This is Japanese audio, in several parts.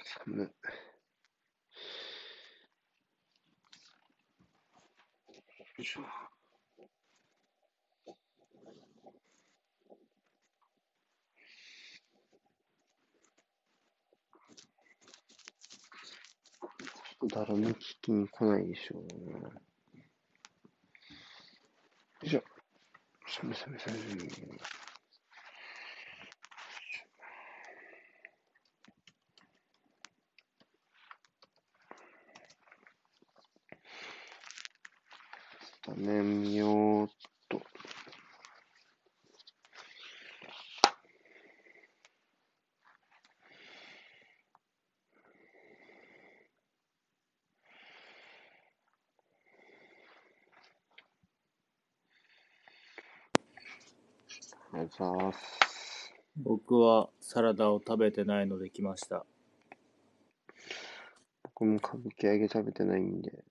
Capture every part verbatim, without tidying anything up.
寒い。よいしょ。誰も聞きに来ないでしょう。よいしょ。寒い寒い寒い。画面見ようっと。ありがとうございます。 僕はサラダを食べてないので来ました。 僕も歌舞伎揚げ食べてないんで。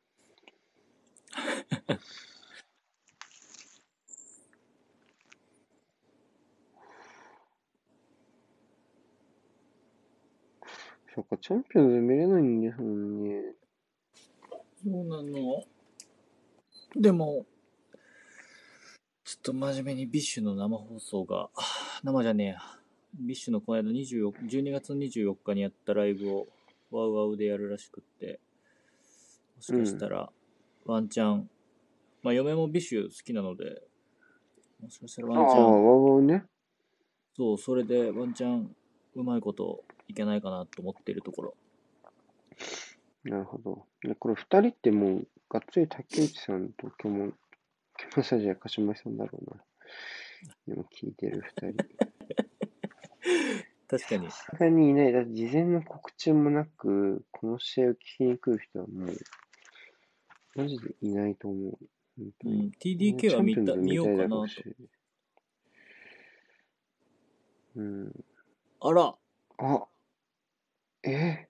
そっか、チャンピオンズ見れないんですもんね。 そうなの？でも、ちょっと真面目にビッシュの生放送が、生じゃねえや。ビッシュのこの間にじゅうよっか、じゅうにがつのにじゅうよっかにやったライブをワウワウでやるらしくって、もしかしたらワンチャン、まあ嫁もビッシュ好きなので、もしかしたらワンチャああ、 ン、 ワウワウね。 そう、それでワンチャンうまいこといけないかなと思っているところ。 なるほど。でこれ二人ってもう、がっつり竹内さんと今日も、今日もさじやかしまさんだろうな。今聞いてる二人。 確かに。 さすがにいない。だって事前の告知もなく、この試合を聞きに来る人はもう、マジでいないと思う。本当に。 うん、ティーディーケー は見た、見ようかなと。 うん。 あらあ、え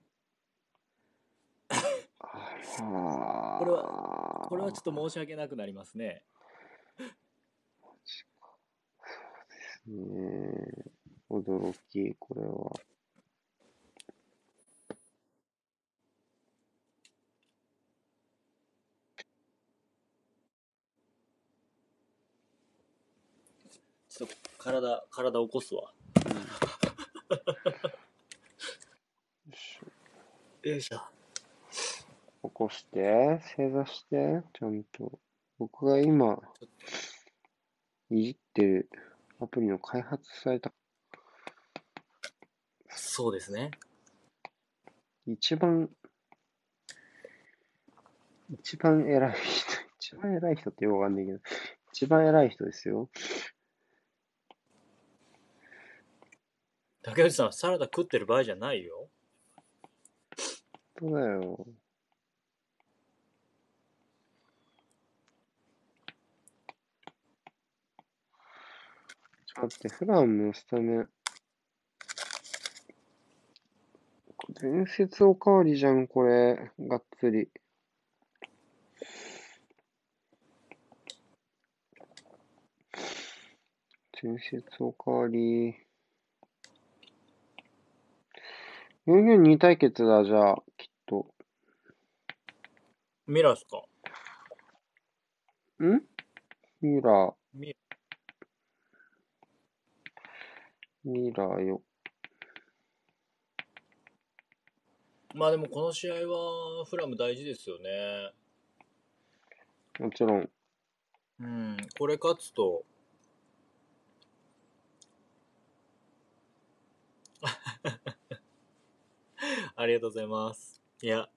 あこれは、これはちょっと申し訳なくなりますね。 ねえ、驚き、これは。 ちょっと体、体起こすわ。 うん、よいしょ。よいしょ。 起こして、正座して、ちゃんと。僕が今、いじってるアプリの開発された、 そうですね。 一番、一番偉い人、一番偉い人ってよくわかんないけど、一番偉い人ですよ。 竹内さん、サラダ食ってる場合じゃないよ。 そうだよ。ちょっと待って、普段のスタメン。伝説おかわりじゃん、これ。がっつり。伝説おかわり。よんよんに対決だ、じゃあ、きっと。 ミラーっすか？ んミラー。 ミミラーよ。 まあでもこの試合はフラム大事ですよね。 もちろん。 うん、これ勝つとありがとうございます。いや、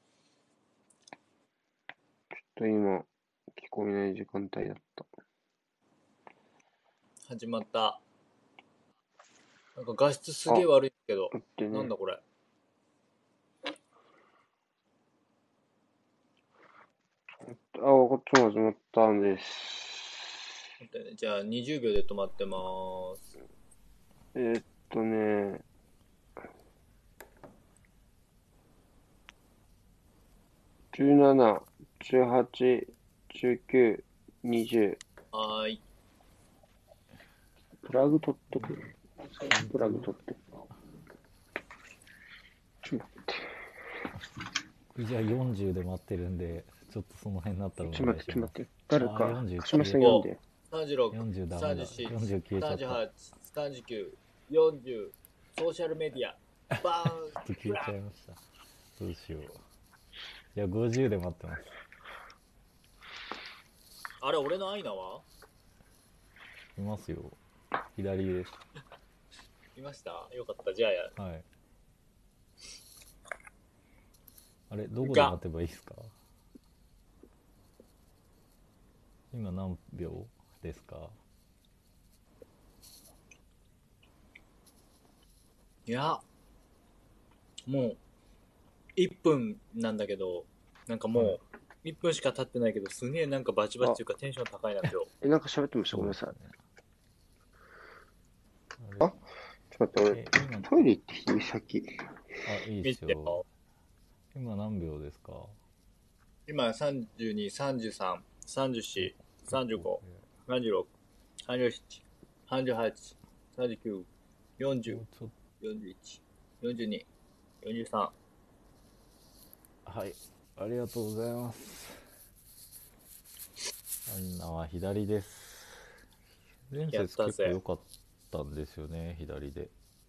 ちょっと今、聞こえない時間帯だった。 始まった。なんか画質すげえ悪いけど、 待ってね。 なんだこれ。 あ、こっちも始まったんです。 待ってね、じゃあにじゅうびょうで止まってまーす。 えー、っとね、じゅうなな、じゅうはち、じゅうきゅう、にじゅう。 はーい。 プラグ取っとく。プラグ取って。ちょっと待じゃあよんじゅうで待ってるんで、ちょっとその辺になったらおちょっと待って、ちょっと願いします。 待って。誰あーか、 よんじゅう鹿島さん消え読んで。 さんじゅうろく、 よんじゅうダメだ。 さんじゅうよんじゅう消えちゃよん、 った。 さんじゅうはち、さんじゅうきゅう、よんじゅう、ソーシャルメディア、バーン、 ちょっと消えちゃいました。どうしよう。いや、ごじゅうで待ってます。 あれ、俺のアイナはいますよ。左です。 いました？よかった、じゃあや。 はい。あれ、どこで待てばいいですか？今何秒ですか？ いや、もう、いっぷんなんだけど、なんかもう、いっぷんしか経ってないけど、すげえなんかバチバチっていうかテンション高いな、今日。 え、なんか喋ってました。ごめんなさい。あ、 あれちょっと待って、 え俺、 今トイレ行ってきていい？先。 あ、いいっすよ。今何秒ですか？ 今さんじゅうに、さんじゅうさん、さんじゅうよん、さんじゅうご、さんじゅうろく、さんじゅうなな、さんじゅうはち、さんじゅうきゅう、よんじゅう、 もうちょっよんじゅういち、よんじゅうに、よんじゅうさん。 と。はい、ありがとうございます。アイナは左です。前やったぜ節結構良かったんですよね、左で。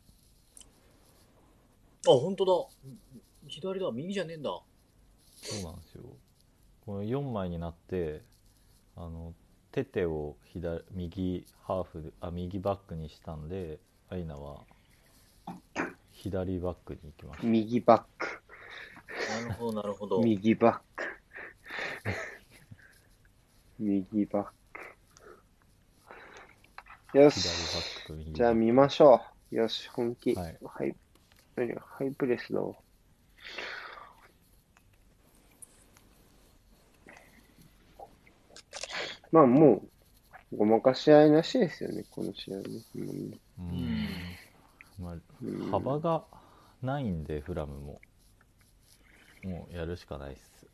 あ、本当だ。左だ。右じゃねえんだ。 そうなんですよ。このよんまいになって、あのテテを左右ハーフであ右バックにしたんで、アイナは左バックに行きました。 右バック。 なるほど、なるほど。 右バック。右バック。よ左バッし。 クと右バック。 じゃあ見ましょう。よし、本気。 はい。 ハイ、何がハイプレスだわ。まあもう、ごまかし合いなしですよね、この試合ね。うん、 ううん。 ん、まあ、 うん幅がないんでフラムももうやるしかないっす。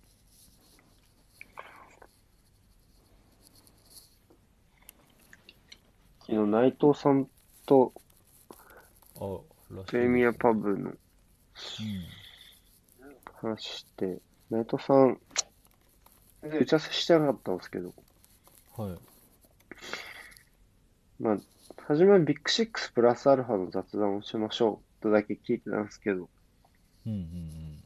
昨日内藤さんとあ、らしいプレミアですね。 パブのうん。 話して、内藤さん、全然打ち合わせしてなかったんですけど、 はい。 まあ、初めはビッグシックスプラスアルファの雑談をしましょうとだけ聞いてたんですけど、 うんうん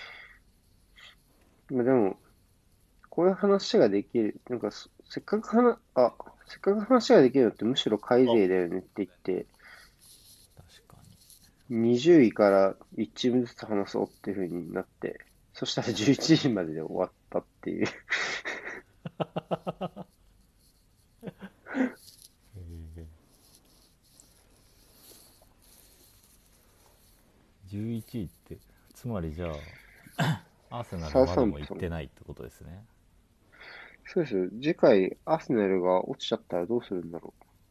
まあでも、こういう話ができる、なんかそ、せっかく話、あ、せっかく話ができるのってむしろ改善だよねって言って、 確かに。 にじゅういからいちチームずつ話そうっていう風になって、そしたらじゅういちじまでで終わったっていう。 えー、じゅういちいってつまりじゃあアーセナルまだも行ってないってことですね。 そうですよ。次回、アーセナルが落ちちゃったらどうするんだろ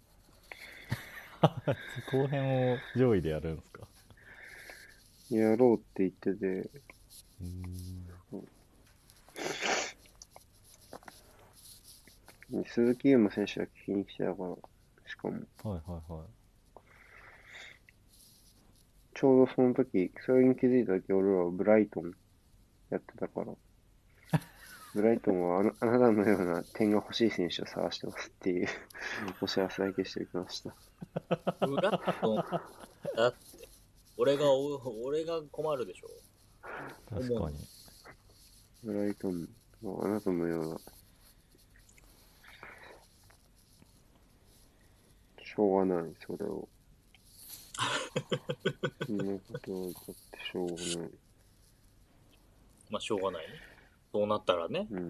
後編を上位でやるんですか？ う。やろうって言ってて、 うーん。 鈴木優馬選手が聞きに来てたから、しかも、 はいはいはい。 ちょうどその時、それに気づいた時、俺らはブライトンやってたから、ブライトンはあなあなたのような点が欲しい選手を探してますっていうお知らせだけしてきました。 ブラッドン、だって、俺がお、俺が困るでしょ。 確かに。 ブライトンはあなたのような、しょうがない、それを。そんなことはだってしょうがない。 まあ、しょうがないね。そうなったらね。 うん。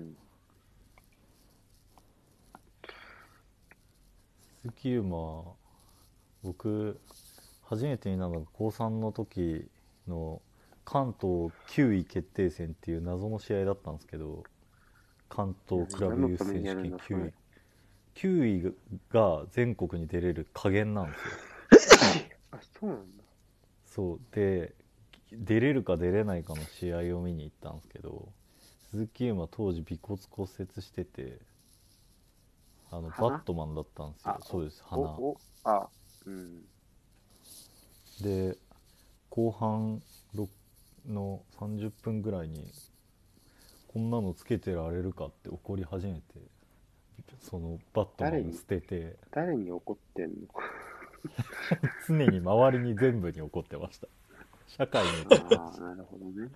鈴木優馬、僕初めて見たのが高さんの時の関東きゅうい決定戦っていう謎の試合だったんですけど、関東クラブユース選手権きゅういきゅういが全国に出れる加減なんですよ。 あ、そうなんだ。 そうで、出れるか出れないかの試合を見に行ったんですけど、鈴木優馬当時尾骨骨折してて、あのバットマンだったんですよ。そうです、鼻。 お、お、あ、うん。 で後半のさんじゅっぷんぐらいにこんなのつけてられるかって怒り始めて、そのバットマンを捨てて、 誰に怒ってんの？ 常に周りに全部に怒ってました。社会に。 ああ、なるほどね。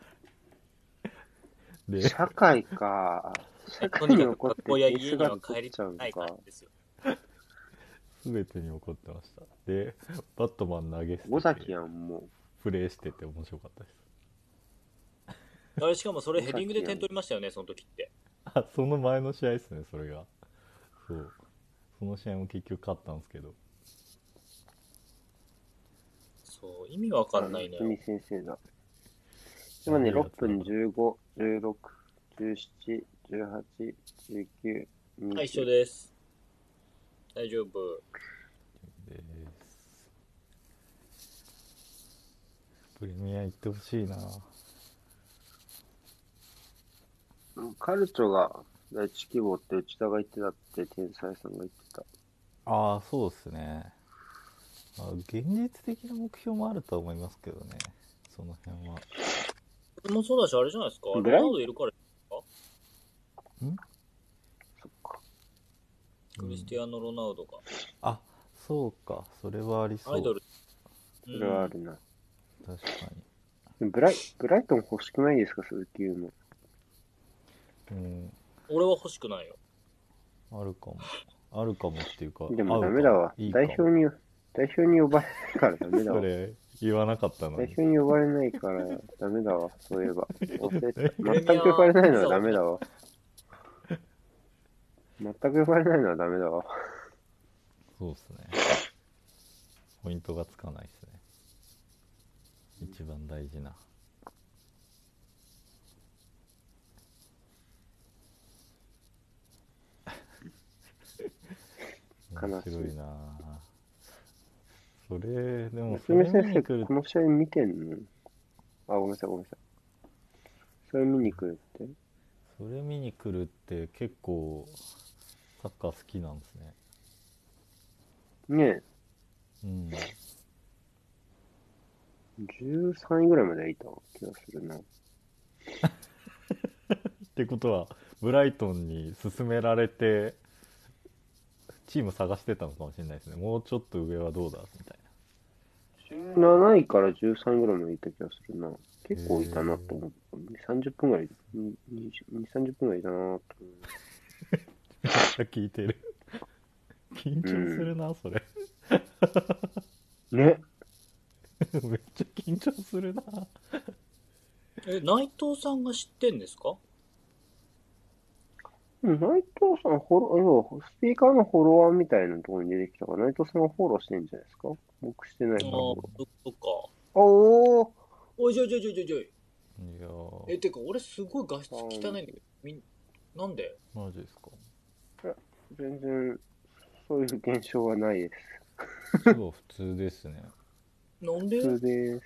で、 社会か。社と会ににかく学怒って校や点数が家には帰取っちゃうのりたくないからか。 ですよ。 全てに怒ってました。で、バットマン投げ捨尾崎ててやん、もプレイしてて面白かったです。 あれしかもそれヘディングで点取りましたよね、その時って。 あ、その前の試合ですね、それが。そう。その試合も結局勝ったんですけど。 そう、意味わう。 かんないのよ。 夏美先生だ。今ね、ろっぷんじゅうご、じゅうろく、じゅうなな、じゅうはち、じゅうきゅう、にじゅう。 はい、一緒です。大丈夫。 です。プレミア行ってほしいな。 カルチョが第一希望って内田が言ってたって天才さんが言ってた。 ああ、そうですね。まあ、現実的な目標もあると思いますけどね、その辺は。 それもそうだし、あれじゃないですか。ロブライナウドいるからですか。 んそっか。 クリスティアーノ・ロナウドが。 あ、そうか、それはありそう。 アイドル。 それはあるな。 確かブライ、ブライトン欲しくないですか、鈴木優も。 に。うん、 俺は欲しくないよ。 あるかも。あるかもっていうか、 でも合うかダメだわ。 いいかも代表に、代表に呼ばれないからダメだわ。 それ言わなかったのに。 代表に呼ばれないからダメだわ、そういえば。忘れてた。 プレミア全く呼ばれないのはダメだわ。全く呼ばれないのはダメだわ。 そうっすね。ポイントがつかないっすね。一番大事な。面白いなぁ。それ、でもそれ夏目先生、 見に来るこの試合見てんの？あ、ごめんなさい、ごめんなさい。それ見に来るって？ それ見に来るって結構サッカー好きなんですね。 ねえ、 うん。 じゅうさんいぐらいまでいた気がするな。 ってことはブライトンに勧められてチーム探してたのかもしれないですね。もうちょっと上はどうだみたいじゅうなないからじゅうさんいぐらいまでいた気がするな。結構いたなと思った。さんじゅっぷんぐらい、にじゅう、さんじゅっぷんぐらいいたなと思う。 な。めっちゃ聞いてる。緊張するな、それ。 ね。 めっちゃ緊張するな。 え、内藤さんが知ってんですか。 内藤さん、フォロー、要はスピーカーのフォロワーみたいなところに出てきたから、内藤さんがフォローしてんじゃないですか。僕してないああ、 からフォロそっか。 ー。おーおいちょいちょいちょいちょいちょい。 いやー、 え、てか俺すごい画質汚いんだけど、みん、なんで。 マジですか。 いや全然、そういう現象はないです。 すごい普通ですね。 なんで。 普通です。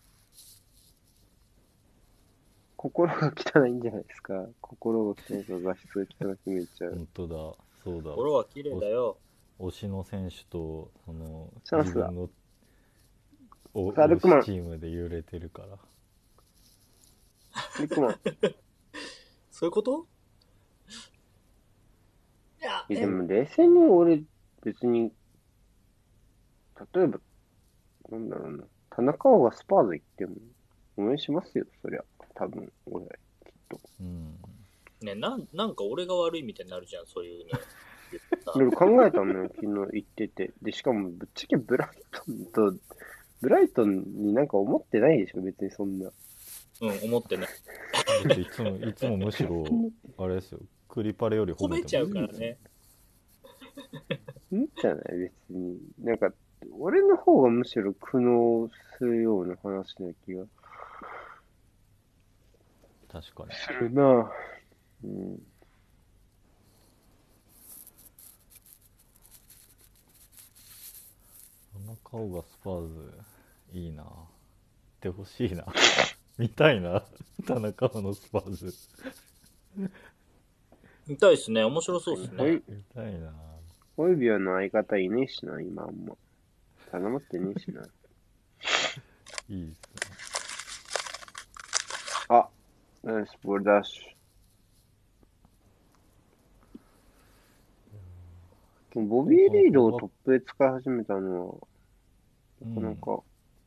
心が汚いんじゃないですか。心が汚いと画質が汚く見えちゃう。 本当だ、そうだ。 心は綺麗だよ。 推しの選手とそのチャンスだ自分のおサルクマン推しチームで揺れてるから。 リクマン。 そういうこと。いや、 え、 えでも冷静に俺、別に、例えば、なんだろうな。田中碧がスパーズ行っても、応援しますよ、そりゃ。多分、俺、きっと。 うん。 ね、なん、なんか俺が悪いみたいになるじゃん、そういうの言ったいろいろ考えたのよ、昨日行ってて。で、しかも、ぶっちゃけブライトンと、ブライトンになんか思ってないでしょ、別にそんな。 うん、思ってない。 だっていつもいつもむしろあれですよ、クリパレより褒めてます褒めちゃうからね。 いいんじゃない別に。なんか、俺の方がむしろ苦悩するような話な気が確かに。 するな。うん。 田中碧がスパーズいいなってほしいな。見たいな、田中碧のスパーズ。 見たいっすね。面白そうっすねホイ。 見たいな。 ホイビアの相方いねえしな、今あんま。頼まってねえしな。 いいっすね。 ナイスボールダッシュ。ボビー・リードをトップで使い始めたのは、なかなか、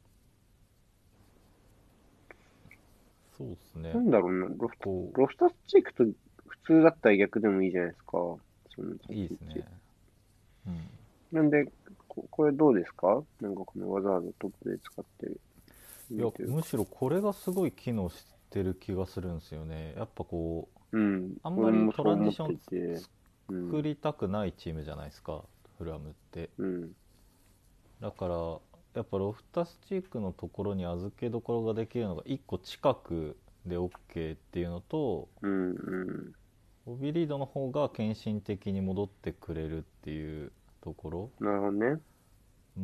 そうですね。 なんだろうな、ロフトこロフタスチークと普通だったら逆でもいいじゃないですか。そのう、いいですね。うん。 なんで、ここれどうですか？なんかこのわざわざトップで使ってる。 いや、むしろこれがすごい機能してる気がするんですよね。やっぱこう、 うん、 あんま俺りトランもそう思っジションてて、うん、 作りたくないチームじゃないですか、フラムって。 うん、 だからやっぱロフタスチークのところに預けどころができるのがいっこ近くで OK っていうのと、 うん、うん。 ボビー・リードの方が献身的に戻ってくれるっていうところ。 なるほどね。 うん、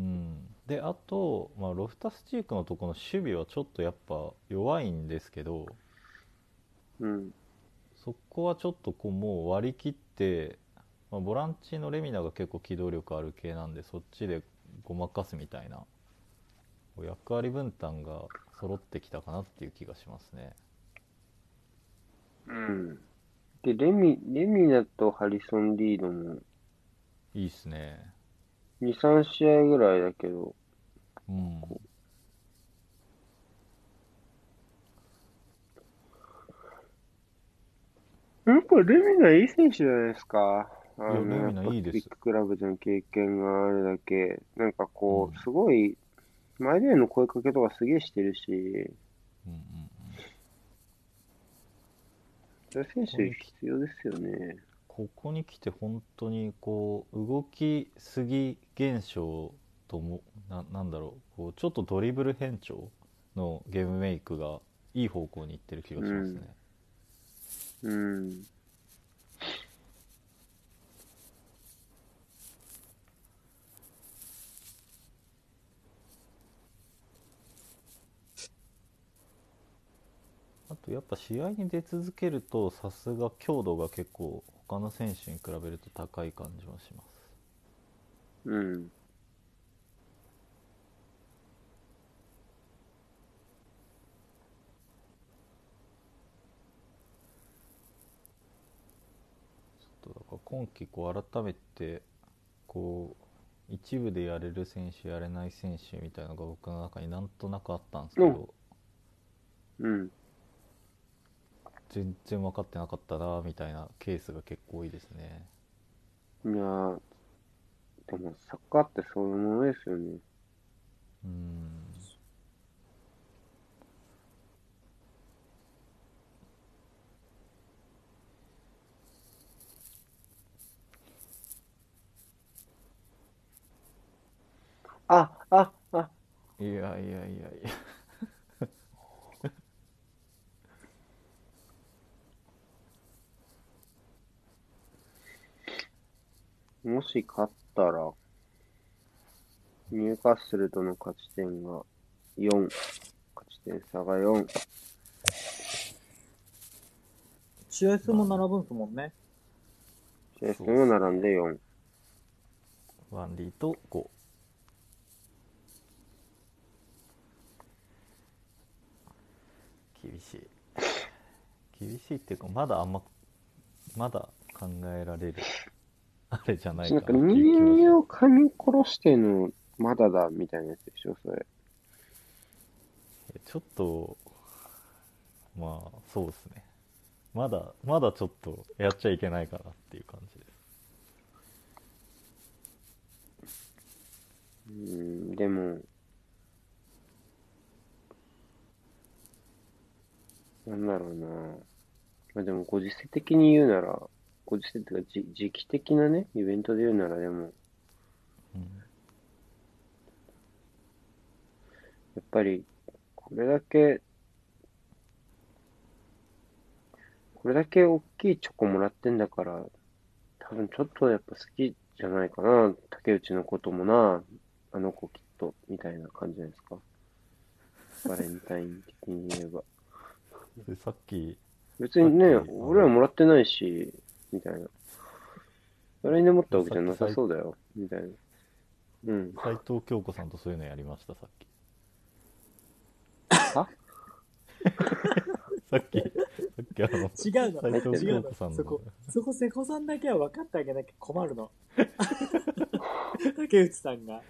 であと、まあ、ロフタスチークのところの守備はちょっとやっぱ弱いんですけど、 うん、 そこはちょっとこうもう割り切って、まあ、ボランチのレミナが結構機動力ある系なんでそっちでごまかすみたいな役割分担が揃ってきたかなっていう気がしますね。 うん。で、レミ、レミナとハリソン・リードもいいっすね。 に、さん試合ぐらいだけど、 うん。 こうやっぱレミナいい選手じゃないですか。あいやレの、やっミナぱいいです。 ビッグクラブでの経験があるだけ、なんかうんこう、すごい、前での声かけとかすげえしてるし、 うんうん。 そういう選手ここにき必要ですよね。 ここに来て本当にこう動きすぎ現象ともな、なんだろう、こうちょっとドリブル変調のゲームメイクがいい方向にいってる気がしますね。 うん。うん。 あとやっぱ試合に出続けるとさすが強度が結構他の選手に比べると高い感じはします。 うん。 ちょっとだから今季こう改めてこう一部でやれる選手やれない選手みたいなのが僕の中になんとなくあったんですけお、 ど、 うん。 全然分かってなかったなみたいなケースが結構多いですね。 いやー、でもサッカーってそういうものですよね。 うーん。 あ、あ、あ、 いやいやいやいや。 もし勝ったら、ニューカッスルとの勝ち点がよん。勝ち点差がよん。 試合数もまあ並ぶんすもんね。 試合数そうっすね。 も並んでよん。 ワンリーとご。厳しい。厳しいっていうかまだあんままだ考えられるあれじゃないなんかかなっていう気はします。 人間を噛み殺してのまだだみたいなやつでしょ、それ。 ちょっとまあそうですね。まだまだちょっとやっちゃいけないかなっていう感じです。 うーん、でも、なんだろうな。まあでも、ご時世的に言うなら、ご時世っていうか、じ時期的なね、イベントで言うなら、でも、 うんやっぱり、これだけ、これだけ大きいチョコもらってんだから、多分ちょっとやっぱ好きじゃないかな。竹内のこともな、あの子きっと、みたいな感じじゃないですか。バレンタイン的に言えば。 でさっき別にね、 さっきあ俺はのもらってないし、みたいな。誰にでもったわけじゃなささっき斎そうだよ、みたいな。うん。 斉藤京子さんとそういうのやりましたさっき。 はさっき、さっきあの、 違うの。 斉藤違うの。 京子さんのそこ、そこ瀬古さんだけは分かってあげなきゃ困るの。竹内さんが。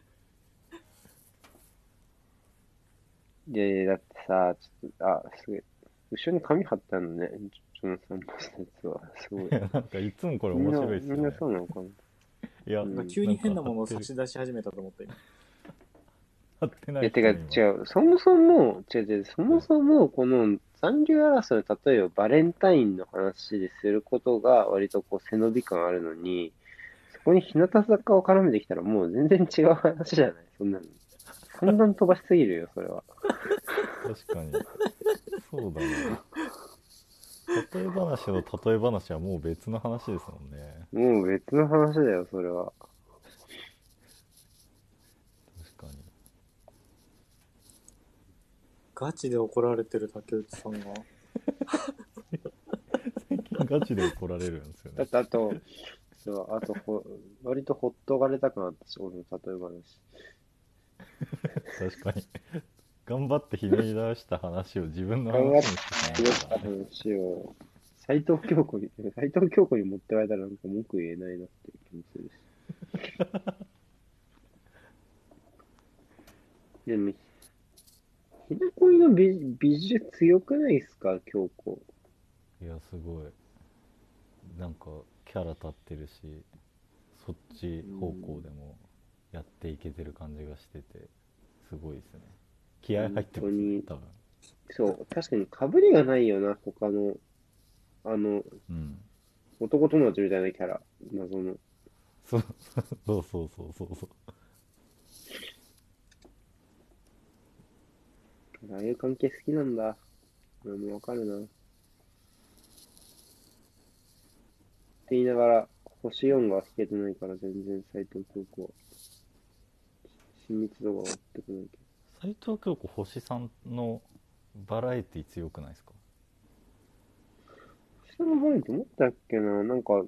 いやいや、だってさ、ちょっと、あ、すごい。後ろに紙貼ってあるのね。ジョナサンポスのやつは。すごい。 いや、なんかいつもこれみんな、 面白いっすよね。 みんなそうなのかな。 いや、 うんなんか急に変なものをなんか貼ってる差し出し始めたと思って。 貼ってないえ、てか、 人にも。 違う。そもそも、違う違う、そもそも、この残留争い、例えばバレンタインの話ですることが割とこう背伸び感あるのに、そこに日向坂を絡めてきたらもう全然違う話じゃないそんなの。三段飛ばしすぎるよ、それは。 確かに。そうだな。例え話の例え話はもう別の話ですもんね。 もう別の話だよ、それは。 確かに。 ガチで怒られてる竹内さんが。 最近ガチで怒られるんですよね。 だってあと、そう、あとほ、割とほっとがれたくなったし、俺の例え話。 確かに。頑張ってひねり出した話を自分の考え話にしてしまてくれたうからね。 話を、斎藤京子に、斎藤京子に持ってかれたらなんか文句言えないなっていう気もするし。でも、ひなこいの美、美術強くないですか、京子。 いや、すごい。なんか、キャラ立ってるし、そっち方向でもやっていけてる感じがしてて、すごいですね。気合入ってますね、多分。 そう、確かに被りがないよな、他の、あの、 うん。 男友達みたいなキャラ、謎の。 そうそうそうそうそうそう。 ああいう関係好きなんだ。俺もわかるな。って言いながら、星よんが引けてないから全然斎藤京子は親密度が追ってこないけ斉藤京子星さんのバラエティ強くないですか？ ど。下の前と思ったっけな、なんか、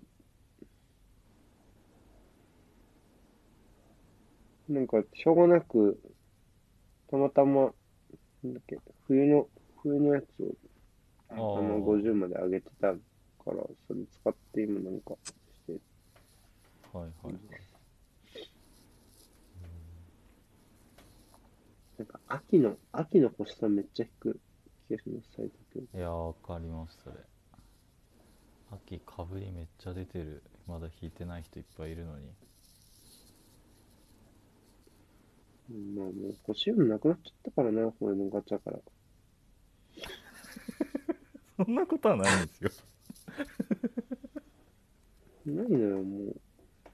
なんか、しょうがなく、たまたま、なんだっけ、冬の、冬のやつを、 ああの、 あ、 ごじゅうまで上げてたから、それ使って今なんかして、 はいはいはい。 なんか、秋の、秋の星さんめっちゃ引く気がします、斎藤京いやー、わかりますそれ。秋かぶりめっちゃ出てる。まだ引いてない人いっぱいいるのに。 子。まあもう、星よんなくなっちゃったからな、俺のガチャから。 そんなことはないんですよ。 ないのよ、もう。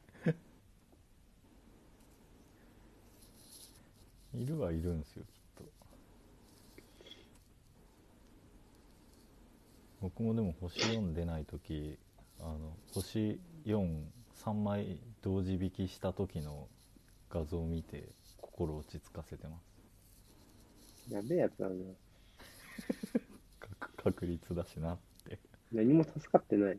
いるはいるんですよ、きっと。僕もでも星よん出ないとき、あの、星よん、さんまい同時引きした時の画像を見て心落ち着かせてます。 やべえやつだな。 確確率だしなって。 何も助かってない。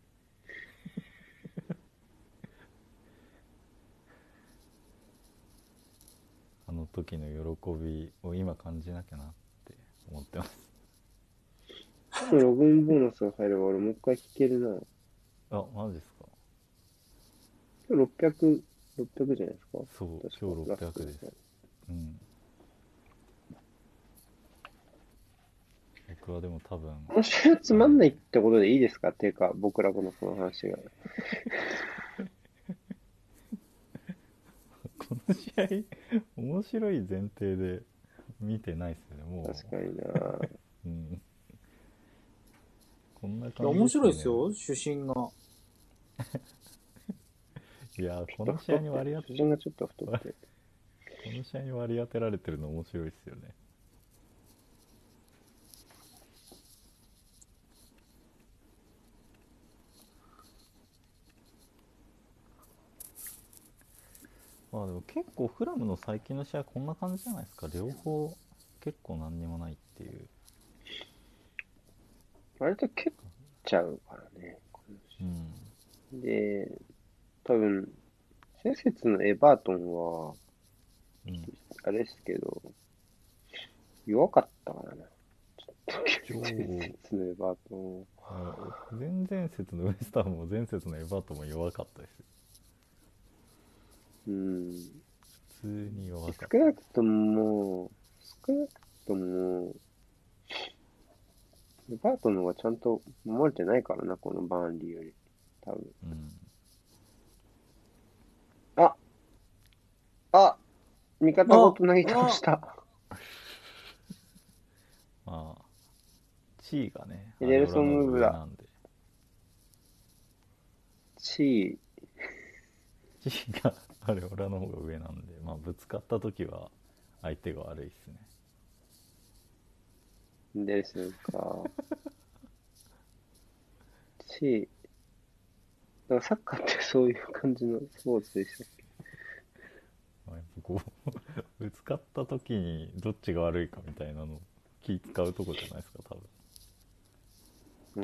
あの時の喜びを今感じなきゃなって思ってます。 今日ログインボーナスが入れば俺もう一回引けるな。 あ、マジですか？ 今日ろっぴゃく、ろっぴゃくじゃないですか。 そう、 確か今日ろっぴゃくです。 ラストがうん。僕はでも多分、 今週つまんないってことでいいですかっていうか、僕らこのこの話が。 この試合面白い前提で見てないですよね、も確かにな。 う。うん。こんな感じいや、面白いですよ、主審が。 いやー、 ちょこの試っと太ってる。 合に割り当主人がちょっと太ってる。 この試合に割り当てられてるの面白いですよね。まあでも結構フラムの最近の試合こんな感じじゃないですか。両方結構何にもないっていう。 割と蹴っちゃうからね。 うん。 で、多分、先節のエバートンは、 うん。 あれですけど、弱かったからな。ちょっ超前節のエバートン。 あ前々節のウエスタンも前節のエバートンも弱かったですよ。 うん。 普通に弱かっ少なくとも、少なくとも、エバートンの方がちゃんと守れてないからな、このバーンリーより。多分。 た。うん。 ああ味方ごと投げ倒した。 まあ、地位がね、 エデルソンアレオラの方ムーブだ。 が上なんで。 地位、 地位がアレオラの方が上なんで、まあ、ぶつかった時は相手が悪いっすね。 ですか。地位、だからサッカーってそういう感じのスポーツでしたっけ？ まあ、やっぱこうぶつかった時にどっちが悪いかみたいなの気使うとこじゃないですか、多分。 うん。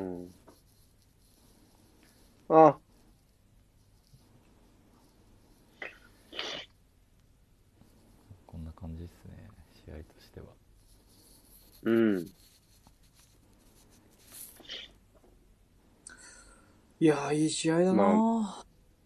あ、 こんな感じですね、試合としては。 うん。 いやー、いい試合だまあ、 な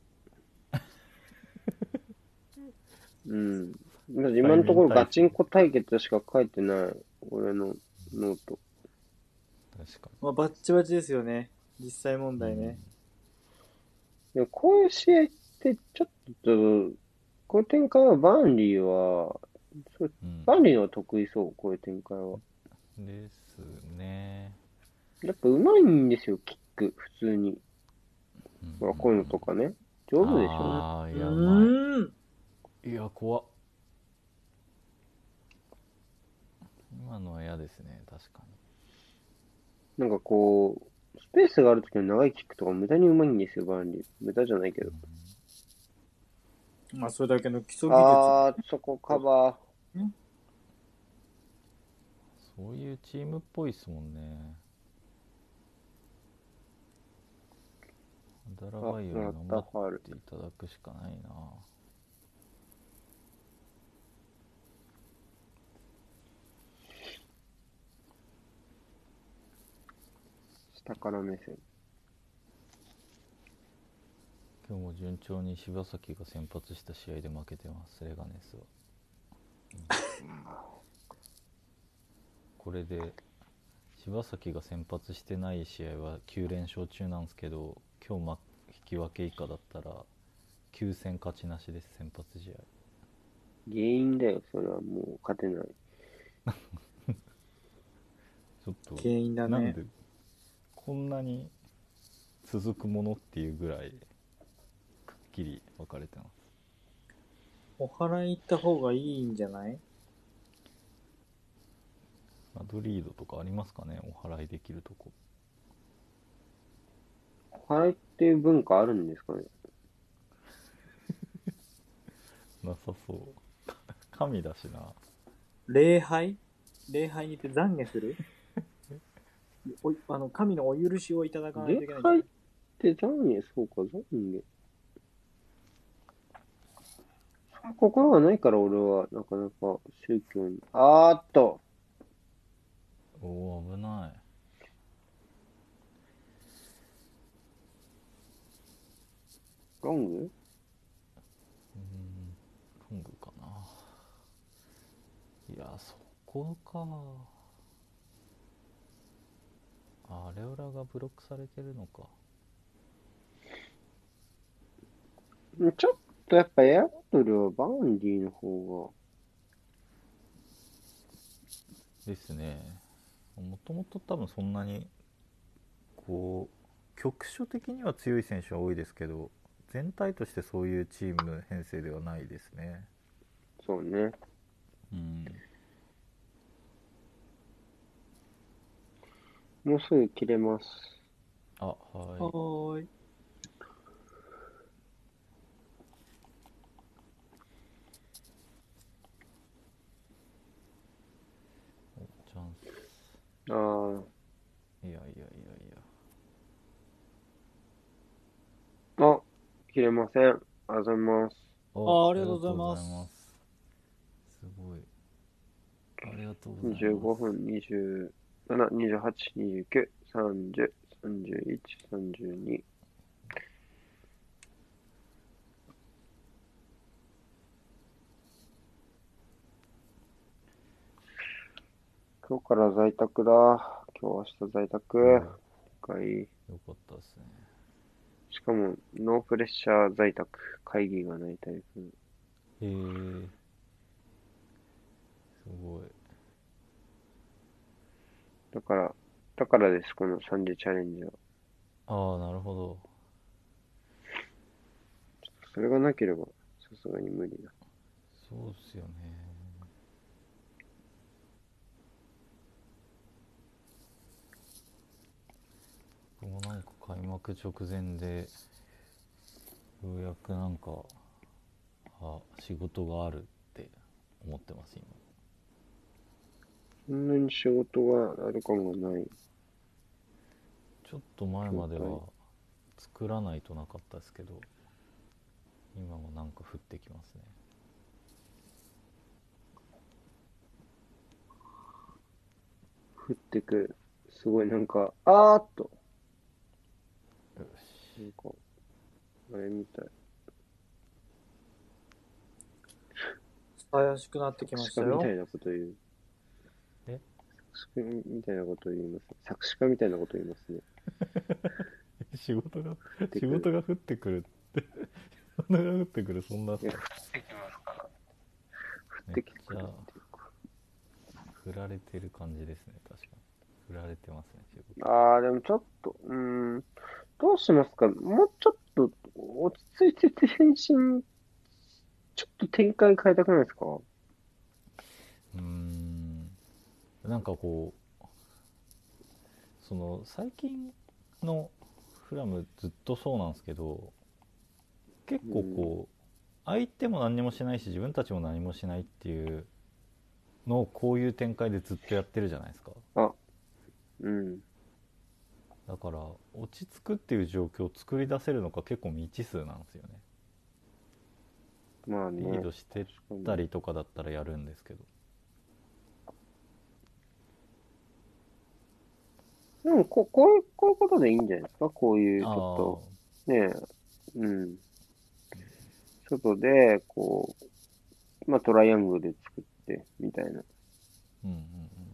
うん。だって今対のところガ面対戦。 チンコ対決しか書いてない。俺のノート。 確かまあ、バッチバチですよね。実際問に。 題ね。 でもこういう試合ってちょっと、こういう展開はバーンリーは、そううん、 バーンリーのは得意そう、こういう展開は。 うん、ですね。 やっぱ上手いんですよ、キック、普通に。 うんうんほら、こういうのとかね。上うん、 手でしょうね。 ああ、 ういや、うまーん。 い。いや、怖っ。今のは嫌ですね、確かなんかこう、スペースがあるときの長いキックとか無駄に上手いんですよ、バーンリー。無駄じゃないけど。 に。 まあ、それだけの基礎技術が。 あー、そこカバね。 そういうチームっぽいっすもんね。ダラー。あ、 バイオにもらっ頑張ったファール。 ていただくしかないな。 下から目線。 今日も順調に柴崎が先発した試合で負けてます、レガネスは。これで柴崎が先発してない試合はきゅう連勝中なんですけど、今日、ま、引き分け以下だったらきゅう戦勝ちなしです、先発試合。 原因だよ、それはもう勝てない。 ちょっと原因だね。 なんでこんなに続くものっていうぐらいくっきり分かれてます。 お祓い行った方がいいんじゃない？ マドリードとかありますかね、お祓いできるとこ。 払いっていう文化あるんですかね？ なさそう。神だしな。 礼拝礼拝に行って懺悔するおあの、神のお許しをいただかない礼といけないんじゃない？ 拝って懺悔、そうか、懺悔。心がないから俺はなかなか宗教に。あーっと、 おお、危ない。 ロングうーん、ロングかな。いや、そこか。あレオラがブロックされてるのか。 ちょっとやっぱエアバトルはバーンディの方ですね。もともと多分そんなにこう局所的には強い選手は多いですけど、全体としてそういうチーム編成ではないですね。 が、そうね。 うん。 もうすぐ切れます。 あ、ははい。 ーい。 おチャンあー、 ス。いやいやいやいあ、切れません。ありがとうございます。 や。 あ、 あ、 ありがとうございありがとうごます。 ざいます。すごい。ありがとうござい 25 ます。 分にじゅうなな、にじゅうはち、にじゅうきゅう、さんじゅう、さんじゅういち、さんじゅうに。今日から在宅だ。今日明日在宅。 おーかい。 よかったですね。 しかも、ノープレッシャー在宅。会議がないタイプ。 へえ、すごい。 だから、だからです、このさんじチャレンジは。 ああ、なるほど。 それがなければ、さすがに無理だ。 そうっすよね。僕もなんか開幕直前でようやくなんか、あ、仕事があるって思ってます今。 そんなに仕事があるかもないちょっと前状態。 までは作らないとなかったですけど、今もなんか降ってきますね。 降ってくる。すごいなんか、あーっと。 よし。 なんか、あれみたい。 怪しくなってき作ましたよ。 詞家みたいなこと言う。 え作詞家みたいなこと言います。作詞家みたいなこと言いますね。 仕事が降ってくる。 仕事が降ってくるって仕事が降ってくる、そんな。 いや、降ってきますから。降めっってきてくちゃるっていうか。 振られてる感じですね。確かに振られてますね、仕事。 あー、でもちょっと、うーん、どうしますか？もうちょっと落ち着いてて返信、ちょっと展開変えたくないですか？ うーん、なんかこう、その最近のフラムずっとそうなんですけど、結構うん。 こう相手も何にもしないし自分たちも何もしないっていうのをこういう展開でずっとやってるじゃないですか。 あ、うん。 だから落ち着くっていう状況を作り出せるのが結構未知数なんですよね。 まあね、 リードしてっ確かに。 たりとかだったらやるんですけど。 でも、こ、こういう、こういうことでいいんじゃないですか？こういう、ちょっと、 ああ、 ね、うん。外で、こう、まあトライアングルで作って、みたいな。 うんうんうん、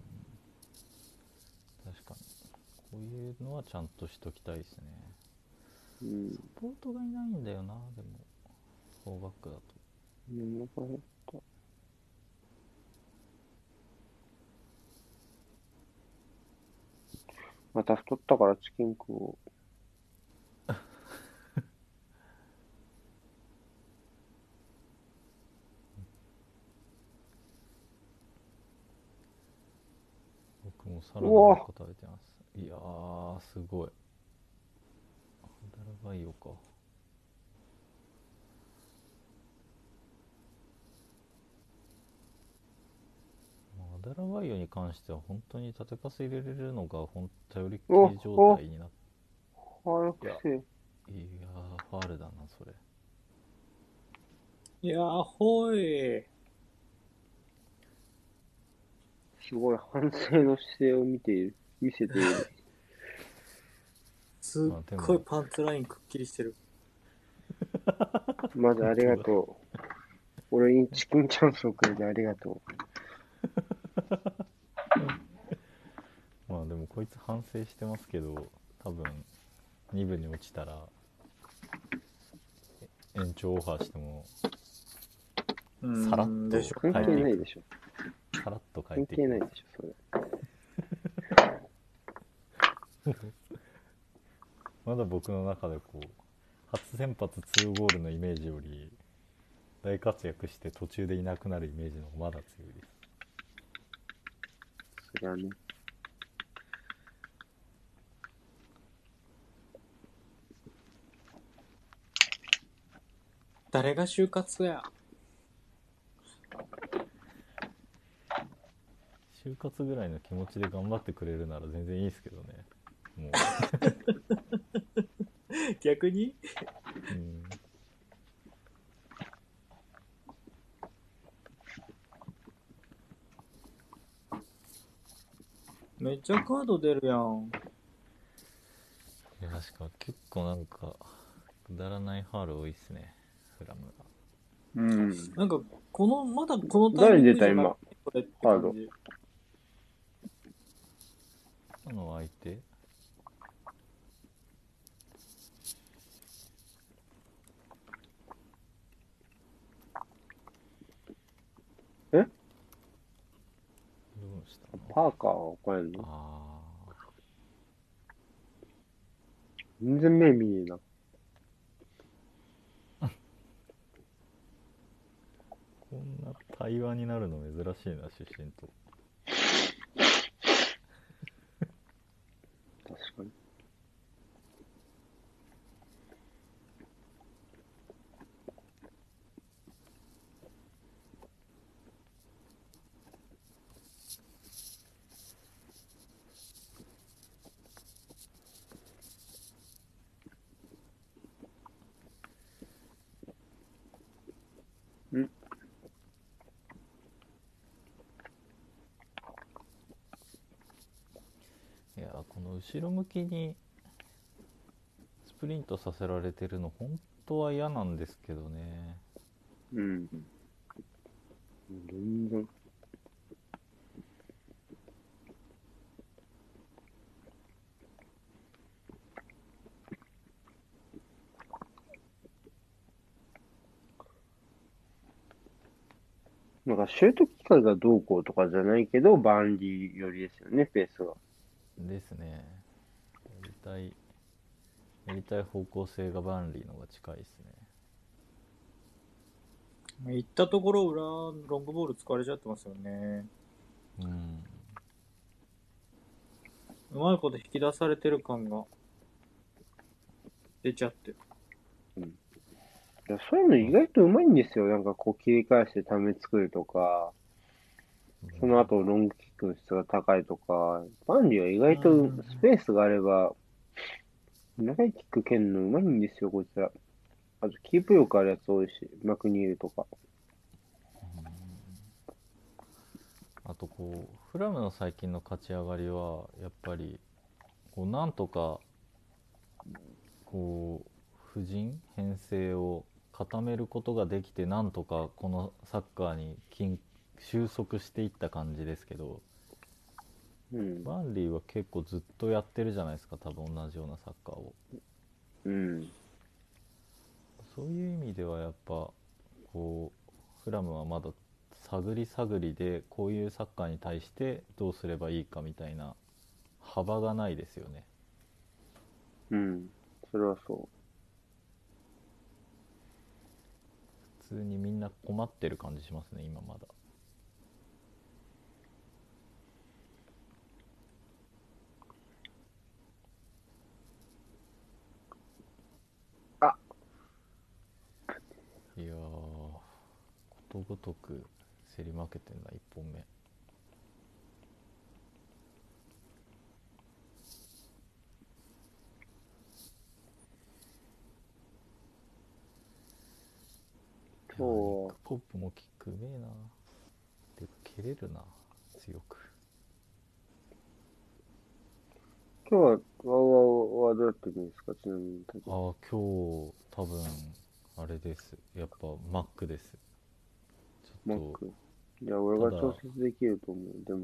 確かにこういうのはちゃんとしときたいですね。 うん。 サポートがいないんだよな、でもフォーバックだと。 お腹減った。また太ったからチキン食おう。 僕もサラダばっかうわ、 食べてます。いやー、すごい。ハダラバイオか。ハダラバイオに関しては本当に縦パス入れれるのが本頼りっきお、 り状お、 態になって。 早いや、 くせえ。 いやー、ファールだなそれ。 いやーほい。 すごい反省の姿勢を見ている。見せている。 すっまあでもごいパンツラインくっきりしてる。 まずありが本当だ。 とう。俺にチキンチャンスをくれてありがとまあでもこいつ反省してますけど、多分に部に落ちたら延長オファーしてもうーさらっん、でしとう。関ょうね。 帰っていく。 係ないでしょ。 さらっと帰っ関ていきます。 係ないでしょ、それ。 まだ僕の中でこう初先発ツーゴールのイメージより大活躍して途中でいなくなるイメージの方がまだ強いです。 それはね。 誰が就活や。 就活ぐらいの気持ちで頑張ってくれるなら全然いいですけどね。も逆にう、うん、 めっちゃカード出るやん。 いや、しかも結構なんかくだらないハール多いっすね、フラムが。 うん。 なんか、この、まだこのタイ誰ミングじゃない出た今、 これってハード。 感じ。 今の相手えどうしたの？ パーカーは怒れんの？ あ全然目見えな。 ー、こんな対話になるの珍しいな、出身と。 確かに。んいや、この後ろ向きにスプリントさせられてるの本当は嫌なんですけどね。 うん。全然。なんか、シュート機会がどうこうとかじゃないけど、バンリーよりですよね、ペースが。 ですね。やりたいやりたい方向性がバンリーの方が近いですね。 行ったところ裏、ロングボール使われちゃってますよね。 うん。 うまいこと引き出されてる感が出ちゃってる。 うん。いや、そういうの意外とうまいんですよ。なんかこう切り返してため作るとか、その後ロングキックの質が高いとか、バンリーは意外とうんうんうんスペースがあれば、長いキック蹴るのうまいんですよ、こいつら。あと、キープ力あるやつ多いし、マクニールとか。 あとこうフラムの最近の勝ち上がりはやっぱりこうなんとかこう布陣編成を固めることができて、なんとかこのサッカーに金収束していった感じですけど、 うん。 バンリーは結構ずっとやってるじゃないですか、多分同じようなサッカーを。 うん。 そういう意味ではやっぱこうフラムはまだ探り探りで、こういうサッカーに対してどうすればいいかみたいな幅がないですよね。 うん。それはそ普通にみんな困ってる感じしますね今まだ。 う。あ、 いやー、ことごとく競り負けてんないっぽんめ。いやー、ニッ今日クポップもキックうめえな。てか蹴れるな、強く。 今日は、ワウワウはどうやってるんですか、ちなみに。 ああ、今日多分あれです、やっぱマックです。ちょっとマック。いや、俺が調ただ節できると思う。でも、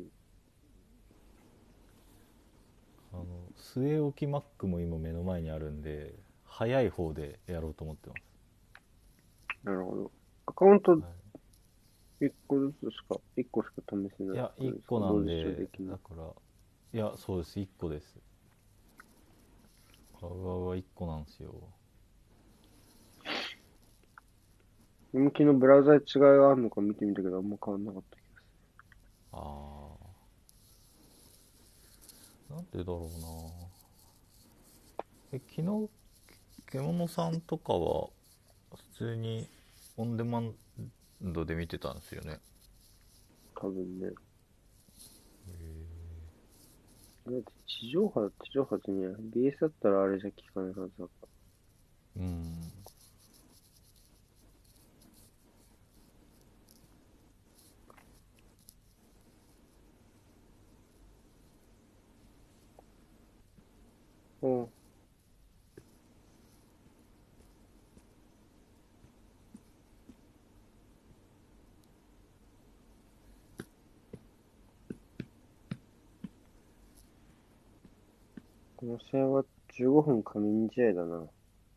あの据え置きマックも今目の前にあるんで、早い方でやろうと思ってまなるほど。アカウントす、はい、 いっこずつしか、いっこしか試せないいや1 ってことですか、 個なん同時視で、 的に。 だからいやそうです、いっこです。ワウワウはいっこなんですよ。 向きのブラウザで違いがあるのか見てみたけど、あんま変わんなかった気がすああ、なんでだろうな。え昨日獣さんとかは普通にオンデマンドで見てたんですよね。 る。多分ね。だって地上波、地上波じゃねえや ビーエス だったらあれじゃ聞かないはずだかうん。 おこの試合はじゅうごふん仮眠試合だな。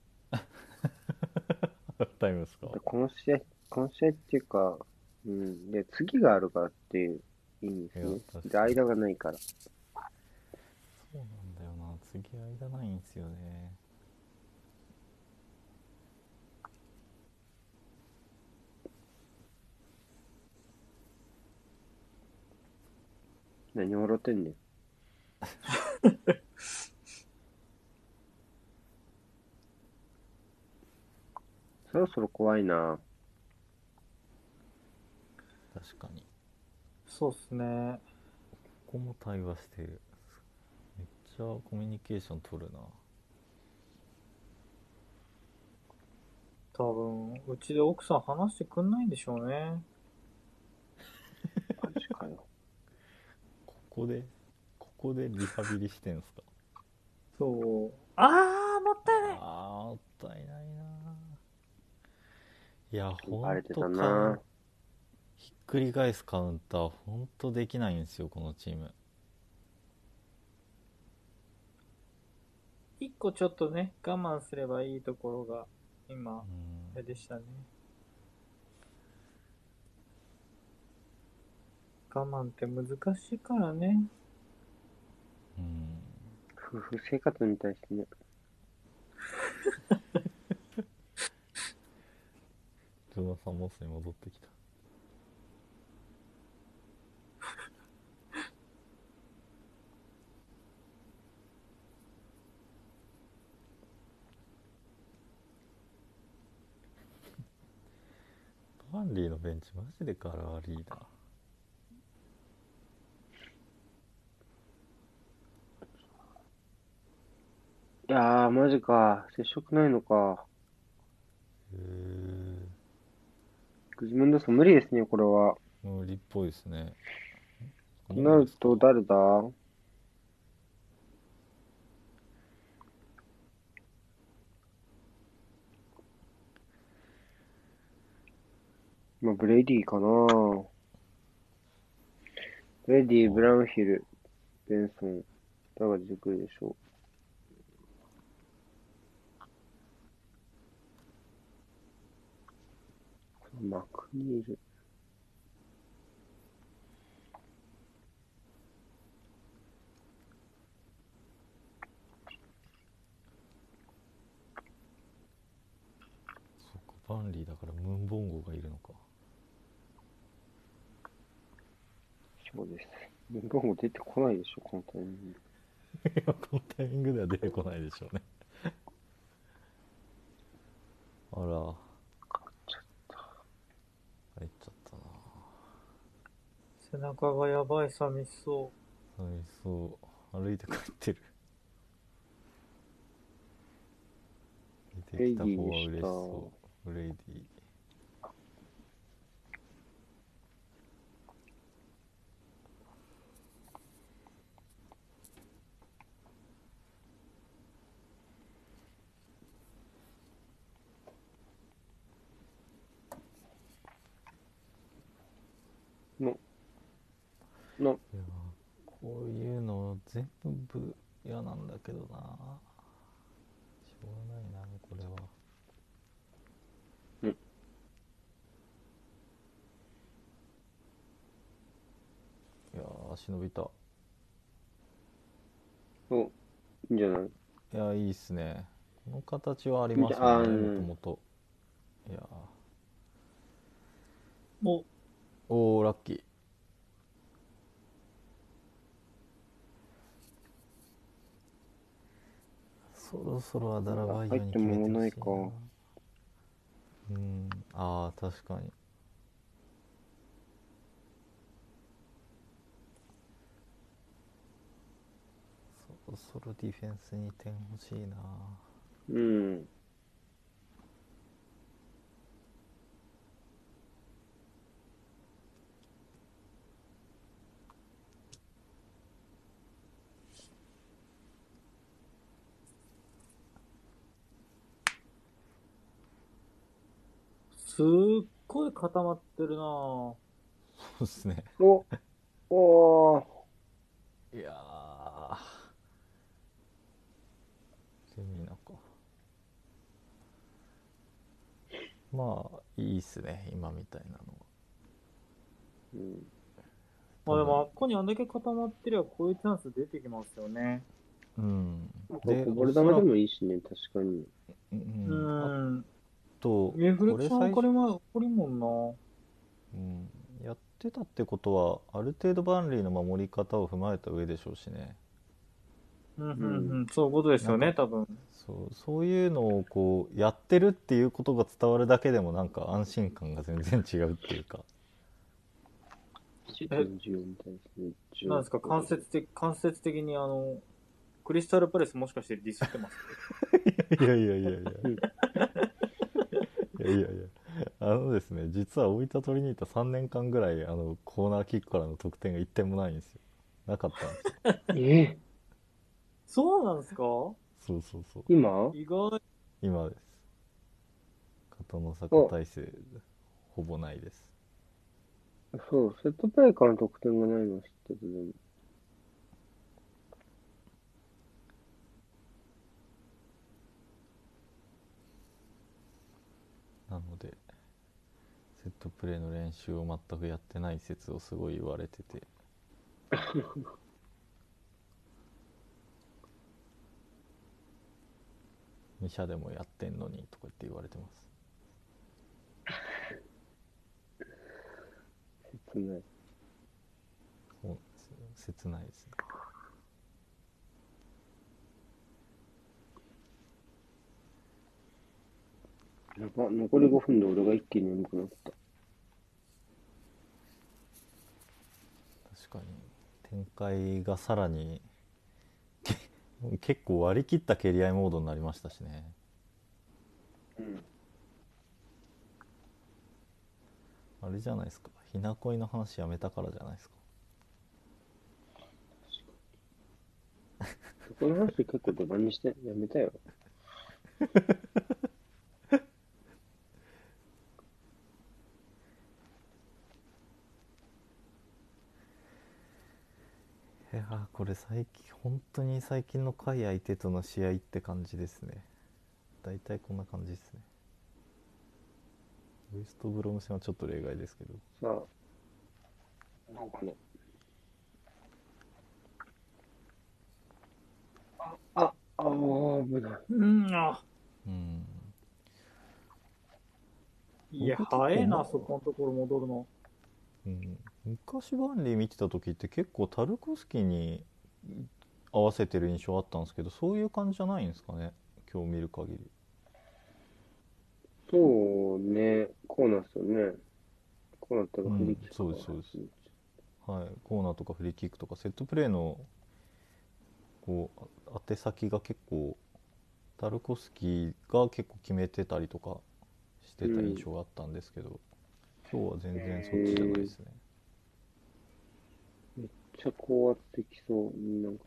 タイムですか？ でこの試合、この試合っていうか、うん。で、次があるからっていう意味でいや、 すね。で、 確かに。 間がないから。 そうなんだよな。次間ないんですよね。 何笑ってんねん。そろそろ怖いな。 確かに。 そうっすね。 ここも対話してる。めっちゃコミュニケーション取るな。 多分、うちで奥さん話してくんないんでしょうね。 マジかよ。 ここでここでリハビリしてんすか？ そう。あー、もったいない。 あー、もったいないな。いや、ほんバレてたとカウンな。 ひっくり返すカウンターほんとできないんですよ、このチーム。 一個ちょっとね、我慢すればいいところが、今、あうんれでしたね。我慢って難しいからね。 うん夫婦生活に対してね。 ジョナサン・モスに戻ってきた。バンリーのベンチマジでガラ悪いな。 いやー、マジか。接触ないのか。 へえ。 グズムンドソン無理ですね、これは。 無理っぽいですね。 となもうですか？ ると、誰だ？まあ、ブレイディかな。ブレイディ、ブラウンヒル、ベンソン。誰が出てくるでしょう。マクニール。 そっか、バンリーだからムンボンゴがいるのか。 そうです。日本も出てこないでしょ、このタイミングで。 いや、このタイミングでは出てこないでしょうね。あら、入っちゃったな。 背中がやばい、寂しそ寂しそう。歩いて帰ってる。出てきた方は嬉しそう。レイディー。 の、の、 いやー、こういうの全部嫌なんだけどな。しょうがないな、これは。 ん、 いやー、足伸びた。 お、いいんじゃない？ いやー、いいっすね。この形はありいいんじゃ、あー、 ますもんね、もとうん。 もと。いやー、 う。お、 おー、ラッキー。そろそろアダラバイ入ってヤに決めもないか。 てほしいな。うん、ああ、確かに。そろそろディフェンスに点欲しいな。 うん。 すっごい固まってるなぁ。 そうですね。 お、おー、 いやー、セミナか。まあ、いいっすね、今みたいなのは。 うん、 まあでも、あ多分、 っこにあんだけ固まってりゃ、こういうチャンス出てきますよね。 うん。 なんかで、 こぼれ球でおそらく、 もいいしね、確かに。 ううん、あーん。 と、 リフレこクション起これ最初、 りま、起こりもんな。 うん、やってたってことは、ある程度バンリーの守り方を踏まえた上でしょうしね。 うん、うん、 うん。 うん。そういうことですなんか、 よね、多分。 そう、そういうのをこう、やってるっていうことが伝わるだけでもなんか安心感が全然違うっていうか。 え、 いちてんじゅうよん対じゅうなんですか、間接的、間接的にあの、クリスタルパレスもしかしてディスってます？ いやいやいやいや。 うん。 いやいやいや、あのですね、実は大分トリニータさんねんかんぐらいあのコーナーキックからの得点がいってんもないんですよ。なかったんですよ。 え、 そうなんですか？ そうそうそう。 今意外。 今です。片野坂あ、 体制ほぼないです。 そう、セットプレーからの得点がないの知ってて、でも。 なのでセットプレーの練習を全くやってない説をすごい言われてて、に社でもやってんのにとか言って言われてます。 切ない。 そうなんですよ、切ないですね。 やば、残りごふんで俺が一気に眠くなった。 確かに展開がさらに結構割り切った蹴り合いモードになりましたしね。 うん。 あれじゃないですか、ひな恋の話やめたからじゃないですか。 そこの話結構ドバにして、やめたよ。 いやー、これ最近本当に最近の下位相手との試合って感じですね。大体こんな感じですね。ウエストブロム戦はちょっと例外ですけど。 さあ、なんかね。あ、あー、危ない。 うん、あ、 うん、 いや、 僕結構、ま、 早いな、そこのところ戻るの。 うん、昔バンリー見てた時って結構タルコスキに合わせてる印象あったんですけど、そういう感じじゃないんですかね、今日見る限り。 そうね、こうなんですよね。こうなったらうん、 フリーキックか。 そうですそうです。はい、コーナーとかフリーキックとかセットプレーのこう当て先が結構タルコスキーが結構決めてたりとかしてた印うん。 象があったんですけど、今日は全然そっちじゃないでえすね。 ー、めっちゃ高圧的そう。なんか、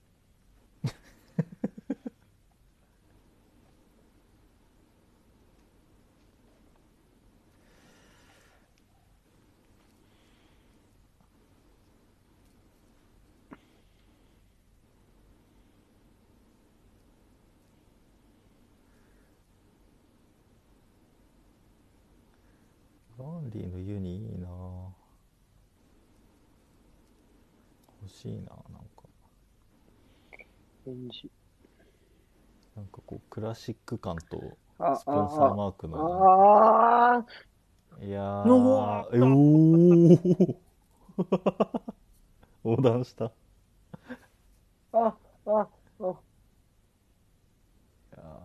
バーンリーのユニいいなぁ、欲しいなぁ。なんか返事。 なんかこうクラシック感とあ、 スポンサーあ、 マークあ、 のなんか、 ああ、 いやうわー、えおー横断した。いあ、あ、あ、 や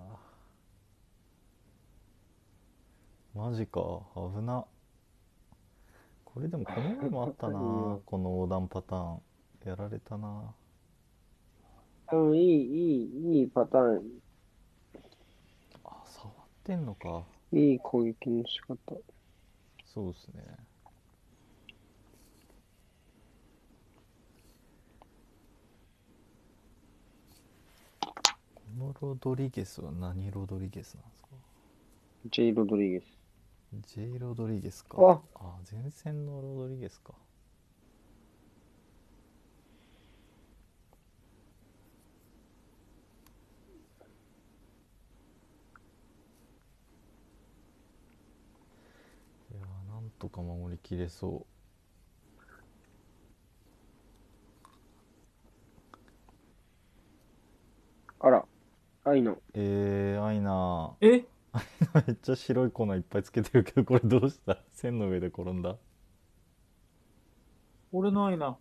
ー、マジか、危な。これでもこの前もあったなぁ、 いいよ。 この横断パターン。やられたな。 うん、いい、いい、いいパターン。 あ、触ってんのか。 いい攻撃の仕方。 そうですね。このロドリゲスは何ロドリゲスなんですか？ ジェイ・ロドリゲス。 ジェイ・ロドリゲスか。 ああ、前線のロドリゲスか。いやー、なんとか守りきれそう。 あら、愛の。 えー、アイナえーめっちゃ白い粉いっぱいつけてるけど、これどうした？線の上で転んだ？ 俺の愛な。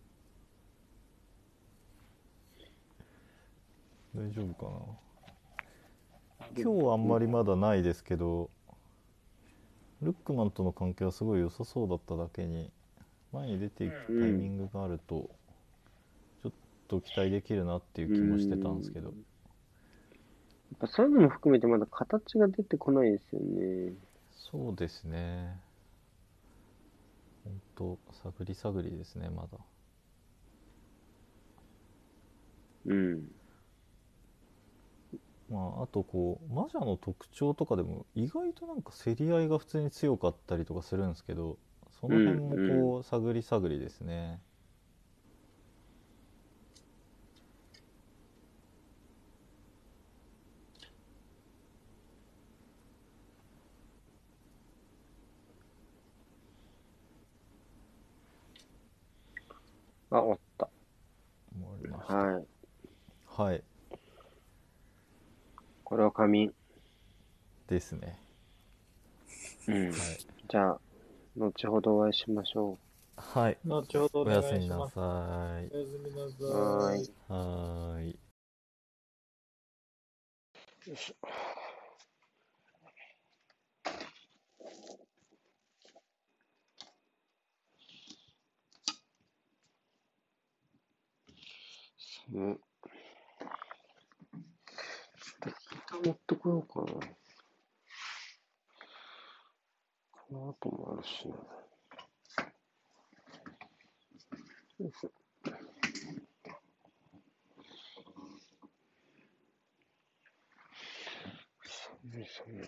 大丈夫かな。今日はあんまりまだないですけど、ルックマンとの関係はすごい良さそうだっただけに、前に出ていくタイミングがあるとちょっと期待できるなっていう気もしてたんですけど。 やっぱそういうのも含めてまだ形が出てこないですよね。 そうですね、ほんと探り探りですねまだ。 うん。 まああとこう魔女の特徴とかでも意外となんか競り合いが普通に強かったりとかするんですけど、その辺もこう探り探りですね。 あ、終わった。 終わりました。 はい。 はい。 これは仮眠。 ですね。 うん。 はい。 じゃあ、後ほどお会いしましょはい。 後ほどおおや願いします。 すみなさい。 おやすみなう。はーい。 さい。 はーい。 よいしょ。寒い。歌持ってこようかな。この後もあるしな。よいしょ。寒い寒い。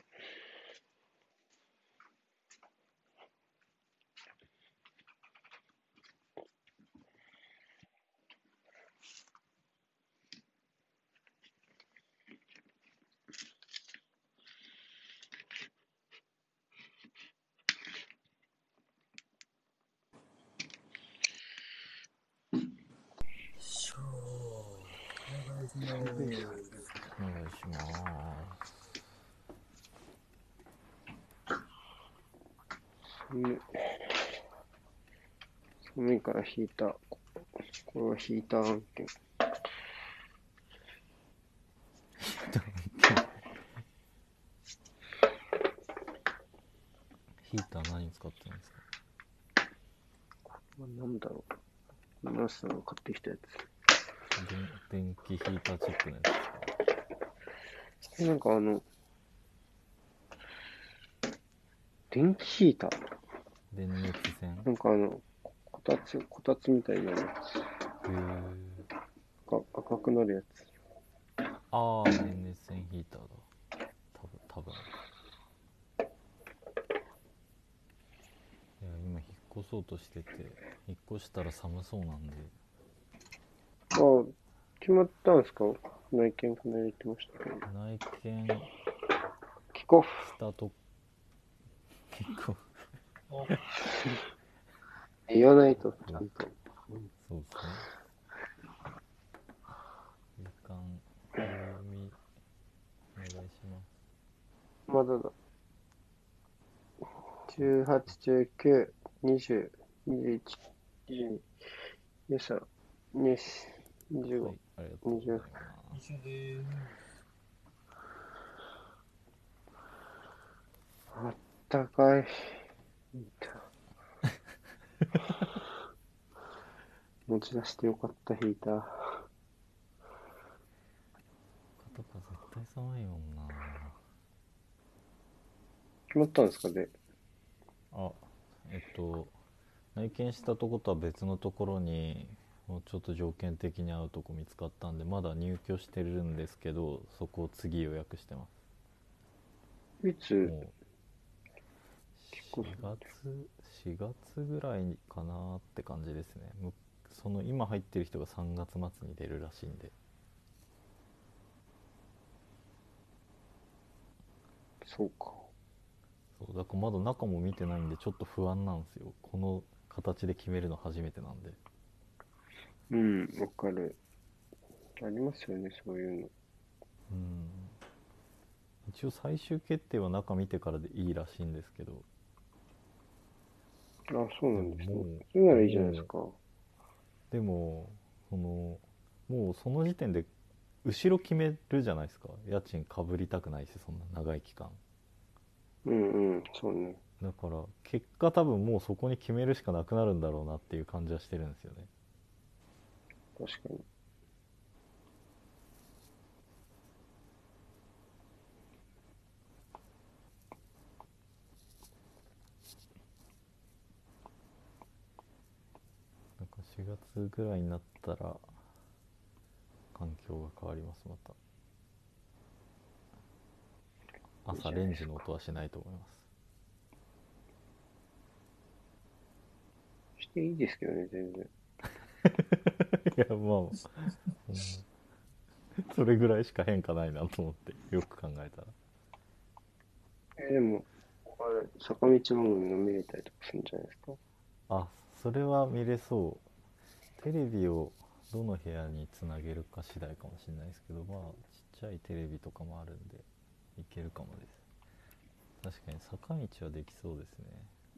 しょー。お願いしま寒い寒い。 お願いします。 寒い。寒いからヒーター。これはヒーター案件。 ヒーター何使ってるんですか？ これは何だろう。ナスさんが買ってきたや電電気ヒーターチップのやつですか？ つ。なんかあの、電気ヒーター。 電熱線。 なんかあの、こたつ、こたつみたいなやつ。 へえ。 赤赤くなるやつ。 ああ、電熱線ヒーターだ。多分多分。いや今引っ越そうとしてて、引っ越したら寒そうなんで。 あ、決まったんですか？内見この間言ってましたけど。 内見キックオフ。 したと結構言わないと、ちゃんと。 そうですね。時間秒読みお願いします。 まだだ。じゅうはち、じゅうきゅう、にじゅう、にじゅういち、にじゅうに。よっしゃ。にじゅうご、 はい、ありがとうございます。 一緒でーす。 あったかい。持ち出してよかった、ヒーター。 とか絶対寒いもんな。 決まったんですかね？ あ、えっと内見したとことは別のところにもうちょっと条件的に合うとこ見つかったんで、まだ入居してるんですけど、そこを次予約してます。 いつ、 も結構しがつしがつぐらいかなって感じですね。むその今入ってる人がさんがつ末に出るらしいんで。 そうか。 そうだからまだ中も見てないんでちょっと不安なんですよ。この形で決めるの初めてなんで。 うん、わかる。ありますよね、そういうの。 うん、一応最終決定は中見てからでいいらしいんですけど、 あ、そうなでもんですね。 もそれなうらいいじゃないですもうか。 でもそのもうその時点で後ろ決めるじゃないですか。家賃かぶりたくないし、そんな長い期間。 うんうん、そうね。 だから結果多分もうそこに決めるしかなくなるんだろうなっていう感じはしてるんですよね。 確かに。 なんかしがつぐらいになったら環境が変わります。またいいじ朝レンジのゃないですか。 音はしないと思います。 していいですけどね、全然。 いやまあ、うん、それぐらいしか変化ないなと思ってよく考えたら。 え、でも、あれ、坂道番組の見れたりとかするんじゃないですか。 あ、それは見れそう。テレビをどの部屋につなげるか次第かもしれないですけど、まあちっちゃいテレビとかもあるんでいけるかもです。確かに坂道はできそうですね。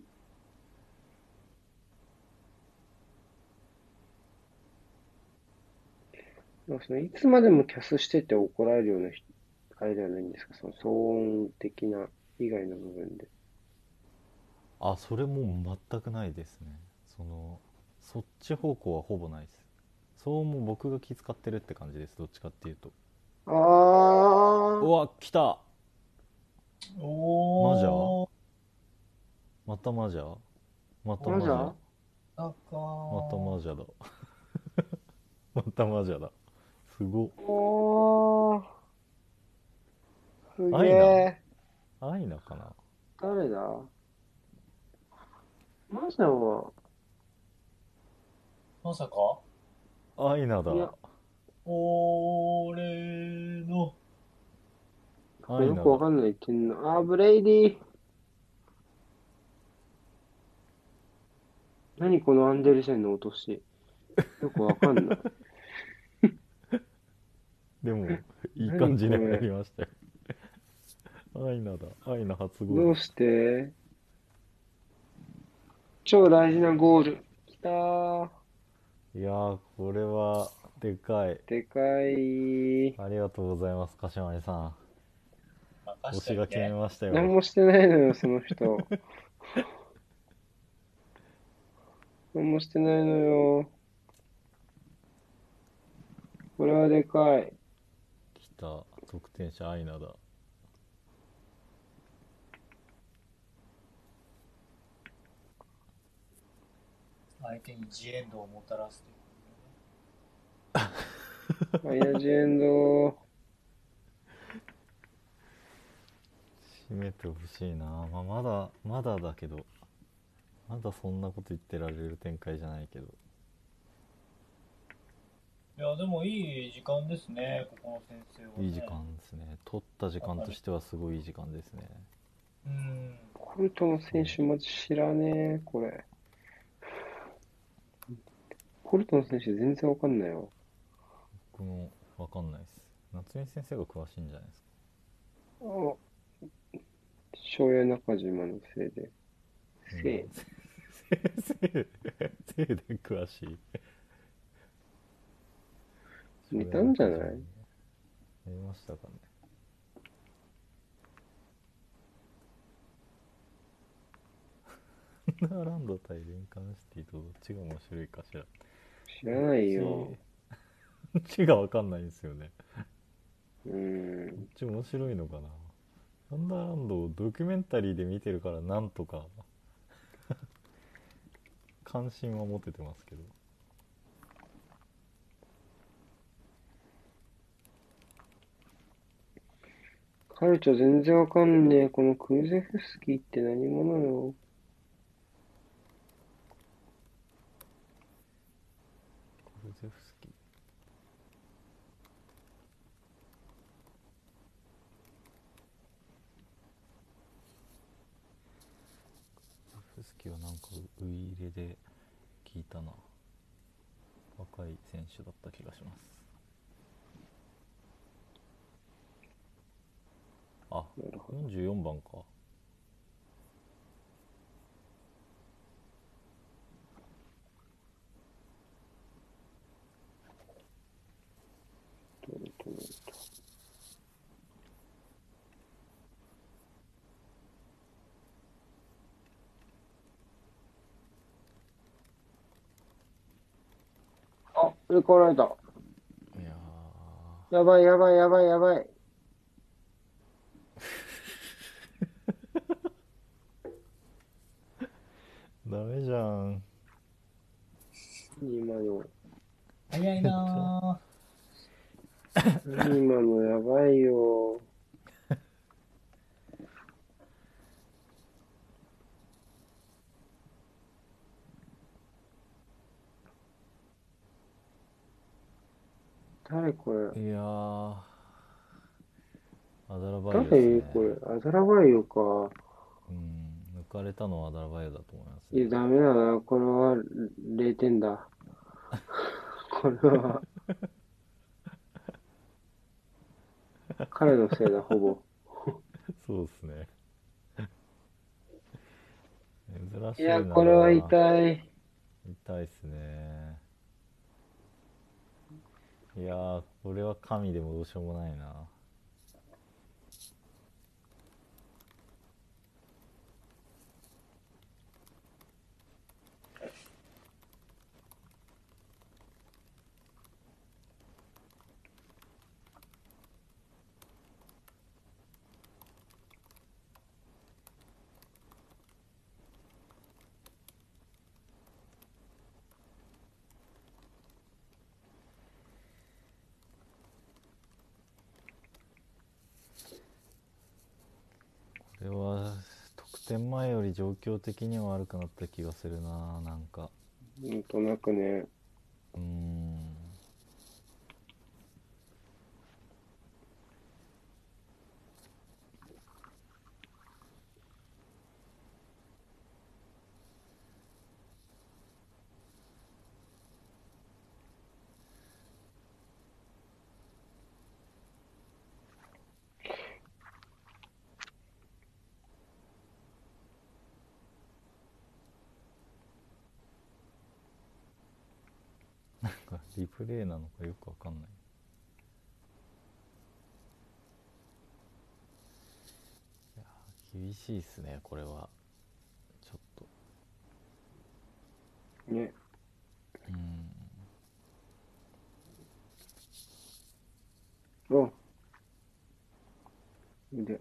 なんかそのいつまでもキャスしてて怒られるような人、あれではないんですか、その騒音的な以外の部分で。 あ、それもう全くないですね。そのそっち方向はほぼないです。そうも僕が気遣ってるって感じです。どっちかっていうと。 あー、 うわ来た。マジャ、 おー、 またマジャ、またマジャ、 まだあかまたー。 マジャだ。またマジャだ。すごっ。 おー、すげアイナ、 え。 アイナかな。 誰だマジャは、 まさかアイナだ。 いや、 俺の、 アイナだ。 よくわかんない点の。あー、ブレイディ。何このアンデルセンの落とし。よくわかんない。 でもいい何感じに入これ。 りましたよ。アイナだ。アイナ初ゴール。 どうして超大事なゴール。きたー。 いやーこれはでかい。 でかい。 ありがとうございます、鹿島さん。 任し推しが決めといて。 ましたよ。 何もしてないのよ、その人。何もしてないのよ。これはでかい。 来た。得点者アイナだ。 相手にジエンドをもたらすという。 アイナ・ジ・エンド。 締めてほしいな、まあ、まだまだだけど、まだそんなこと言ってられる展開じゃないけど。 いや、でもいい時間ですね、ここの先生はね。 いい時間ですね。取った時間としてはすごいいい時間ですね。 うん。 コルトの選手、まず知らねえ、これ。コルトの選手、全然わかんないわ。 僕も分かんないです。夏目先生が詳しいんじゃないですか。 あ、庄屋中島のせいで。 うん。 せい。 せいでせいで詳しい。 似たんじゃないやりましたかね。ワンダーランド対レンカンシティとどっちが面白いかしら。 知らないよ。 どっちが分かんないんですよね。 うーん。 どっち面白いのかな。ワンダーランドをドキュメンタリーで見てるからなんとか関心は持ててますけど。 カルチャー全然わかんねえ。このクルゼフスキーって何者よ。 コルゼフスキー。コルゼフスキーはなんかウイイレで聞いたな。若い選手だった気がします。あ、 なるほど。 よんじゅうよんばんか。 トルトメント。あ、入れ替わられた。 いややばいやばいやばいやばい。 ーダメじゃん。 今の、 早いな今のやばいよ。誰これ。 いやーアダラバイオです誰これ。 ね。 アザラバイオか。 うん、抜かれたのはアダラバイオだと思いますいや、 ね。 ダメだな。これはれいてんだ。これは彼のせいだ、ほぼ。 そうですね。珍いや、 しいなこれはぁ。 痛い。 痛いっすね。いやーこれは神でもどうしようもないな。これは得点前より状況的には悪くなった気がするな。なんかなんとなくね。 うーんなんかリプレイなのかよくわかんない。いやー厳しいっすねこれは。ちょっとね。 うーんあ、で。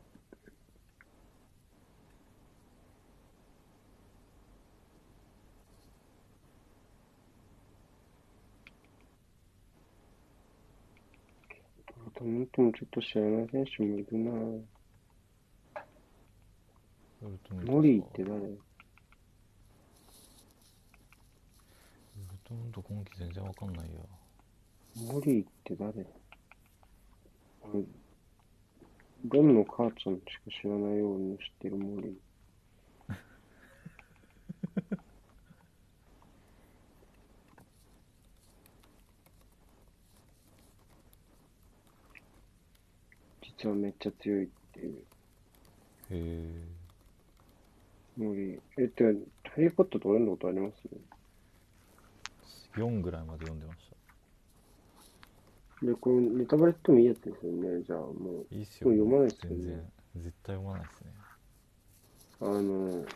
と思ってもちょっと知らない選手もいるな。 ウルトメントモリーってさ、 誰？ ウルトメント今季全然わかんないや。 モリーって誰？俺、ドンの母ちゃんしか知らないように知ってるモリー。実はめっちゃ強いっていう。 へえ。 モリー。え、ってか、ハリー・ポッターと読んだことあります？ よんぐらいまで読んでました。 で、これネタバレってもいいやつですよね。じゃあもう、もいいっすう読よ、もうまないですよね。 全然絶対読まないっすね。 あの、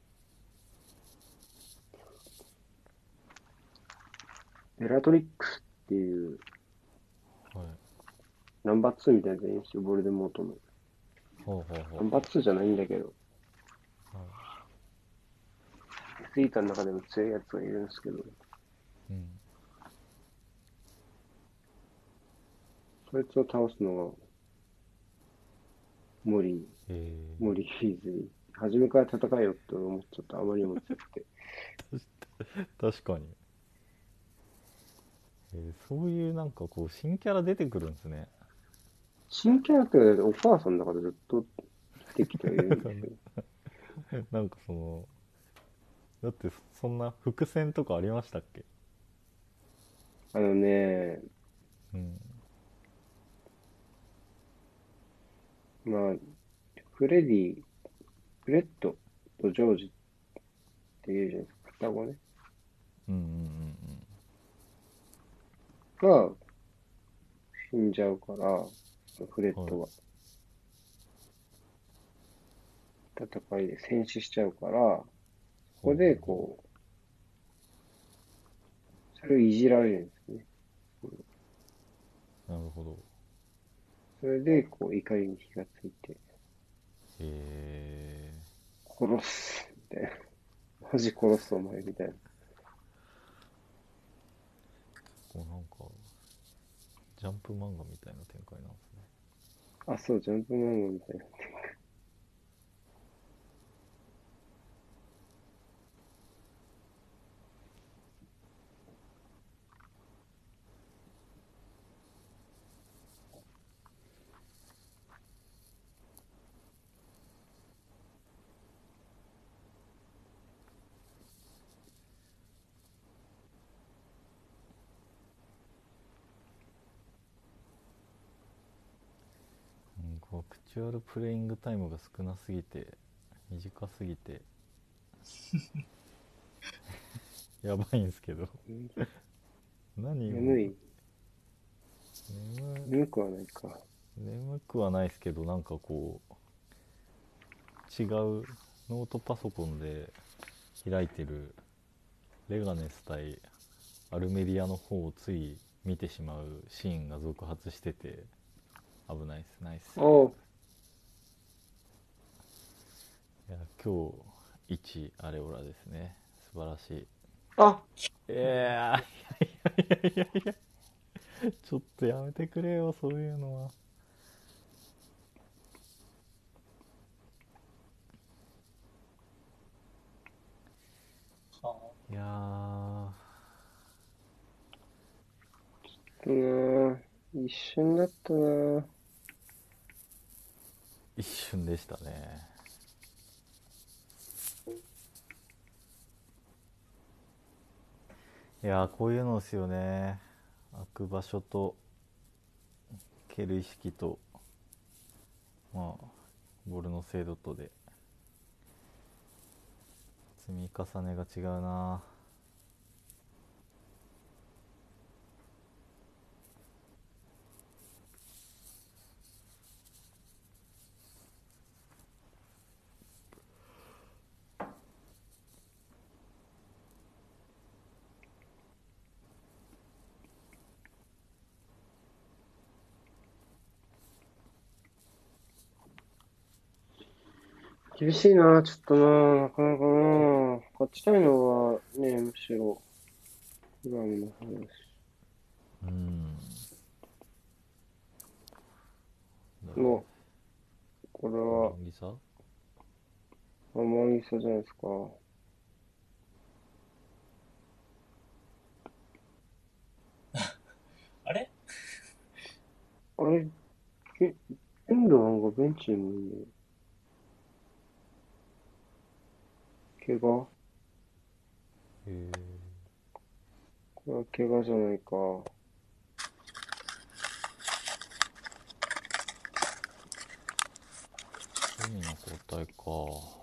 ベラトリックスっていうはい。 ナンバーツーみたいなやつがいいんですよ、ボルデモートの。 ほうほうほうナンバーツーじゃないんだけど、 はスイーターの中でも強いやつがいるんですけど、 い。うんそいつを倒すのが無理、 え無理せずに。初めから戦えよって思っちゃった。あまりにも強くて。 ー、確かに、えーそういうなんかこう新キャラ出てくるんですね。 新キャラクターでお母さんだからずっと出てきてはいるなんかんですけど。 なんかそのだってそんな伏線とかありましたっけ？ あのね、 うん。 まあ、フレディ、フレッドとジョージっていうじゃないですか。双子ね。 うんうんが死んじゃうから、フレッうんうん。はい。 ドが戦いで戦死しちゃうから、そほうこでほうほこう、それをいじられるんですね。 う。なるほど。 それで、こう、怒りに気がついて、 え殺す、みたいな。マジ殺すお前、みたいな。 ー、こうなんかジャンプ漫画みたいな展開なんですね。 あ、そう、ジャンプ漫画みたいな。 うん、こうアクチュアルプレイングタイムが少なすぎて短すぎてやばいんですけど。 うん何を眠い、 眠眠くはないか。 眠くはないですけど、なんかこう違うノートパソコンで開いてるレガネス対アルメリアの方をつい見てしまうシーンが続発してて危ないっす。ナイス。 おう、 いや今日一アレオラですね。素晴らしい。 あ、 いやいやいやいやいや、ちょっとやめてくれよそういうのは。 はあ、 いやー、 なー一瞬だったなー。 一瞬でしたね。いやーこういうのですよね。開く場所と蹴る意識と、まあボールの精度とで積み重ねが違うな。 厳しいなー、ちょっとなー、なかなかなー。勝ちたいのはね、むしろ、フラムの方だし。 うん。 の、これは、 バンギサ。 アマギサじゃないですか。 あれあれ、け、エンドワンがベンチにもいるの？怪我？ へえ。 これは怪我じゃないか。 レミの交代か。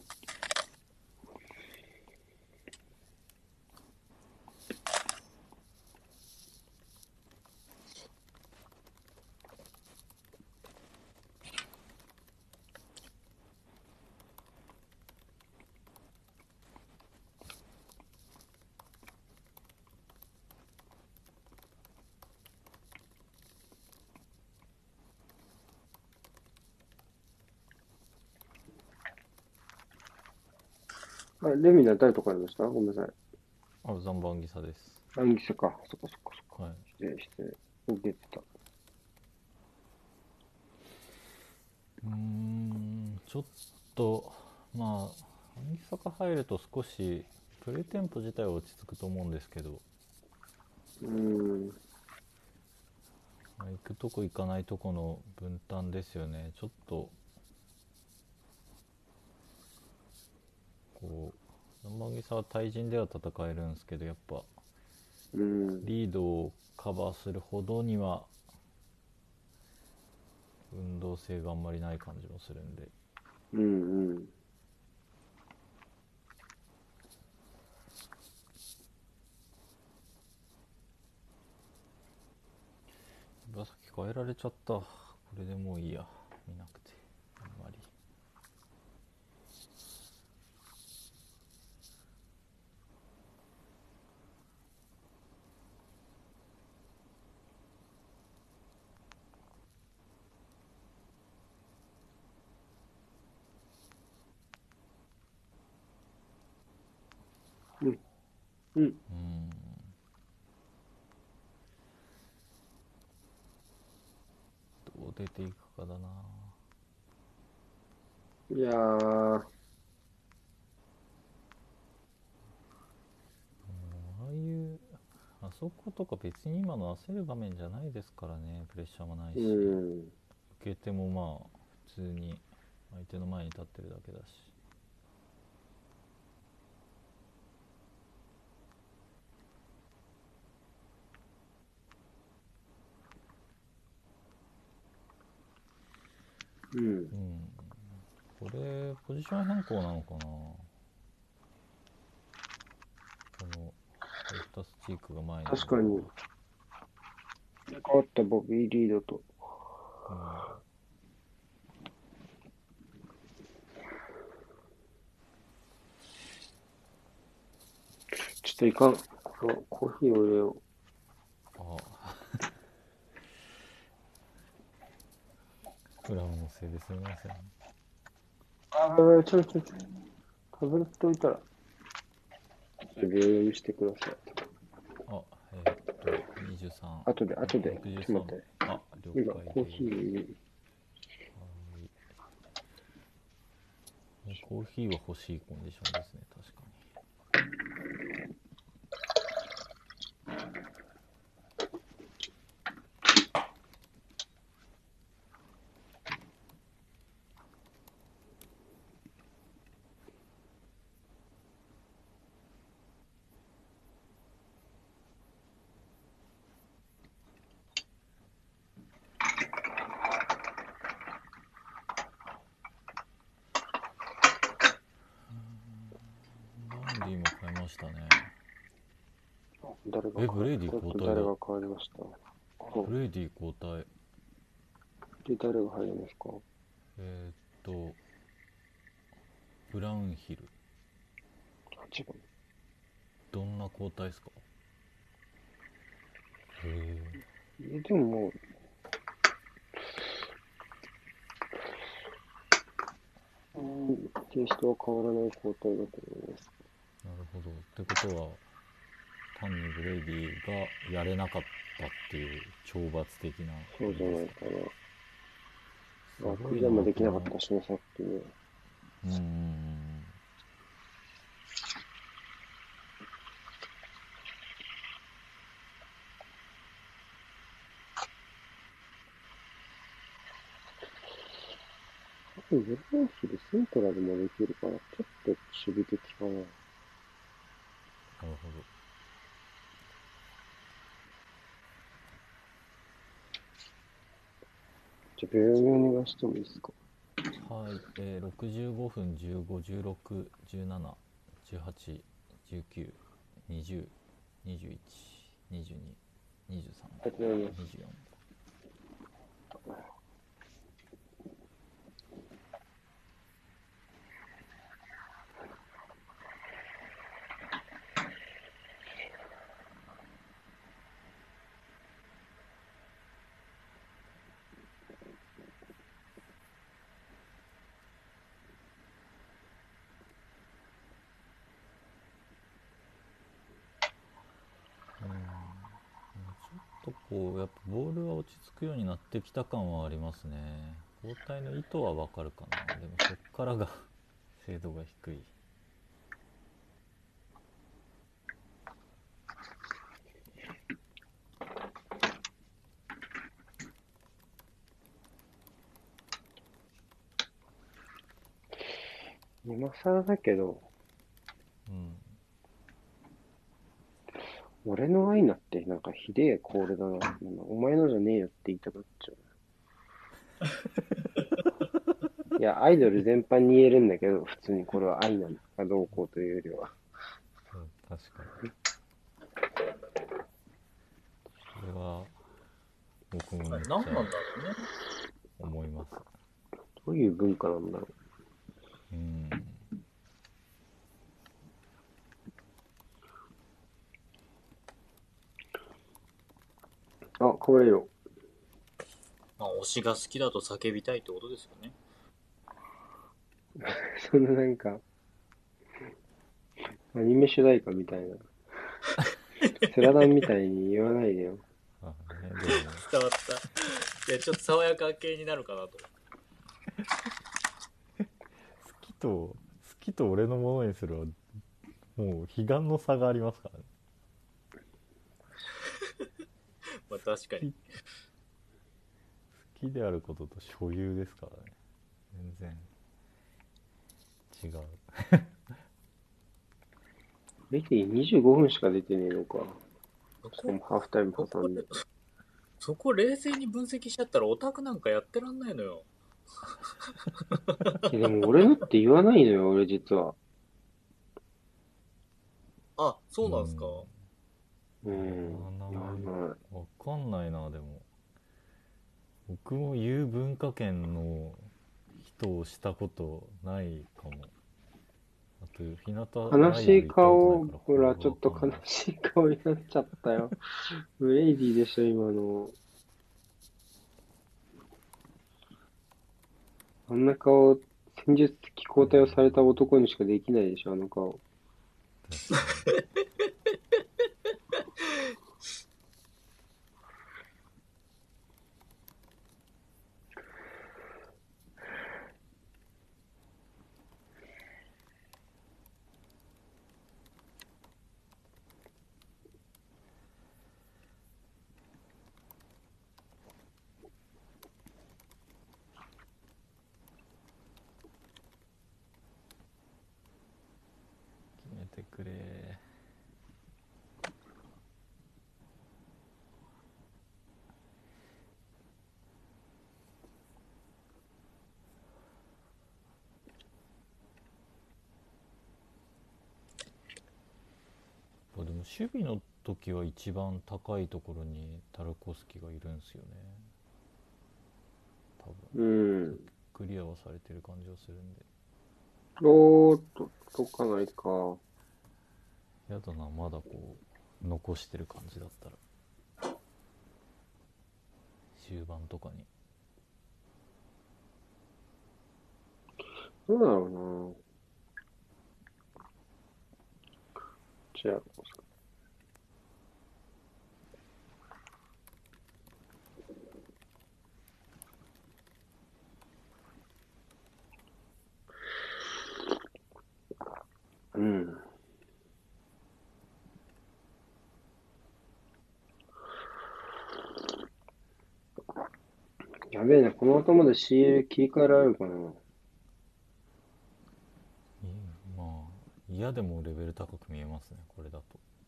あ、レミナ誰とかありました？ごめんなさい。 あ、ザンバンギサです。 アンギサか。そっかそっかそっか。 はい。 失礼、失礼。出てた。 うーんちょっとまあ萩坂入ると少しプレイテンポ自体は落ち着くと思うんですけど、 うん。 まあ行くとこ行かないとこの分担ですよね。ちょっとこう生木は対人では戦えるんですけど、やっぱうん。 リードをカバーするほどには運動性があんまりない感じもするんで、 うん。うん。 岩崎変えられちゃった。これでもういいや、見なくてあんまり。 うん。うん。 うーんどう出ていくかだな。 いやー、 ああいうあそことか別に今の焦る場面じゃないですからね。プレッシャーもないうし、 ん。 受けてもまあ普通に相手の前に立ってるだけだし。 うん。 うん、これポジション変更なのかな、このレフタスチークが前にいる確かに、変わったボビー・リードと。 のは。 ちょっといかん。そうコーヒーを入れようん、あクラムのせいですみません。 う。あー、ちょいちょいちょい。タブレット置いたら、秒読みしてください。 あ、えー、っとにじゅうさん、 後で、後で。 ろくじゅうさん、 ちょっと待って。 あ、了今、 解コーヒです。 ー入れる。 はい、コーヒーは欲しいコンディションですね、確かに。ランディも変えましたね。 誰がえ、ブレイディ変わ交代だ。 誰が変わりました？ ブレイディ交代。 で、誰が入りますか？ えー、っと、ブラウンヒル。 はちばん。 どんな交代ですか？へえ、でももう、うん、テイストは変わらない交代だと思います。 え、なるほど。ってことは、単にブレイディがやれなかったっていう懲罰的なそうじゃあれですか。 ないかな。 すあ、 ごいな、 クリアもできこの、 なかったしね、さっきね。 うーん、 多分、ゼロヒルセントラルもできるから、ちょっと守備的かな。 なるほど。 じゃあ、秒読みお願いしてもいいですか？ はい、えー、ろくじゅうごふん、じゅうご、じゅうろく、じゅうなな、じゅうはち、じゅうきゅう、にじゅう、にじゅういち、にじゅうに、にじゅうさん、 ありがとうございます。 にじゅうよん。うん、ちょっとこうやっぱボールが落ち着くようになってきた感はありますね。 交代の意図はわかるかな。でもそっからが精度が低い。 今更だけど、 うん。 俺の愛なってなんかひでえコールだな。なんかお前のじゃねえよって言いたくなっちゃう。いや、アイドル全般に言えるんだけど、普通にこれは愛なのかどうこうというよりは。 うん、確かに。それは僕もめっちゃ何なんだろうね。 思います。 どういう文化なんだろうん。 う。あ、これよ。 まあ、推しが好きだと叫びたいってことですよね。 そんななんか、アニメ主題歌みたいな。スラダンみたいに言わないでよ。 あね、でも伝わった。いや、ちょっと爽やか系になるかなと。 好きと好きと俺のものにするはもう彼岸の差がありますからね。 まあ確かに。 好きであることと所有ですからね。全然違う。 レキにじゅうごふんしか出てねえのか。 そしかもこ、 ハーフタイムそこ挟んで。 そこ冷静に分析しちゃったらオタクなんかやってらんないのよ。 いやでも俺のって言わないのよ、俺実は。 あ、そうなんすか。 うん。 あ言わない。 わかんないな。でも僕も言う文化圏の人をしたことないかも。あと日向悲しいライブ行ったことない顔、 からほら、ちょっとわかんない。 悲しい顔になっちゃったよ。ブレイディでしょ、今の。あんな顔、戦術的交代をされた男にしかできないでしょ、あの顔。 確かに。決めてくれ。でも守備の時は一番高いところにタルコスキがいるんですよね。多う分ん。 クリアはされてる感じはするんで。 おーっと、届かないか。 やだな、まだこう残してる感じだったら終盤とかに。 どうだろうな。じゃあ、うん。やべえな、この後まで シーエル 切り替えられるかな。 いまあ嫌でもレベル高く見えますね、これだと。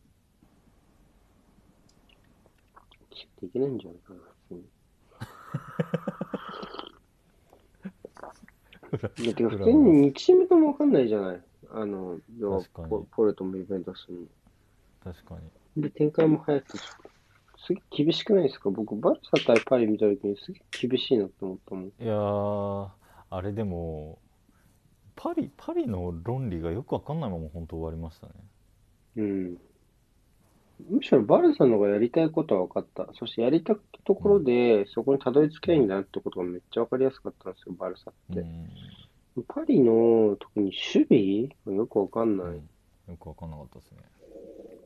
できないんじゃないかな、普通に。いや、てか普通に裏回す。 にチームともわかんないじゃない。あの、要はポ、 確かに。 ポルトもイベントする確かに。 の。で、展開も早く、すげえ厳しくないですか？僕、バルサ対パリ見たときにすげえ厳しいなって思ったもん。 いやー、あれでもパリパリの論理がよくわかんないまま本当終わりましたね。 うん。むしろバルサの方がやりたいことは分かった。そしてやりたいところうんで、そこにたどり着けうんないんだなってことがめっちゃ分かりやすかったんですよ、バルサっうて。 んパリの時に守備がよく分かんない。 うんよくわかんなかったですね。 うん。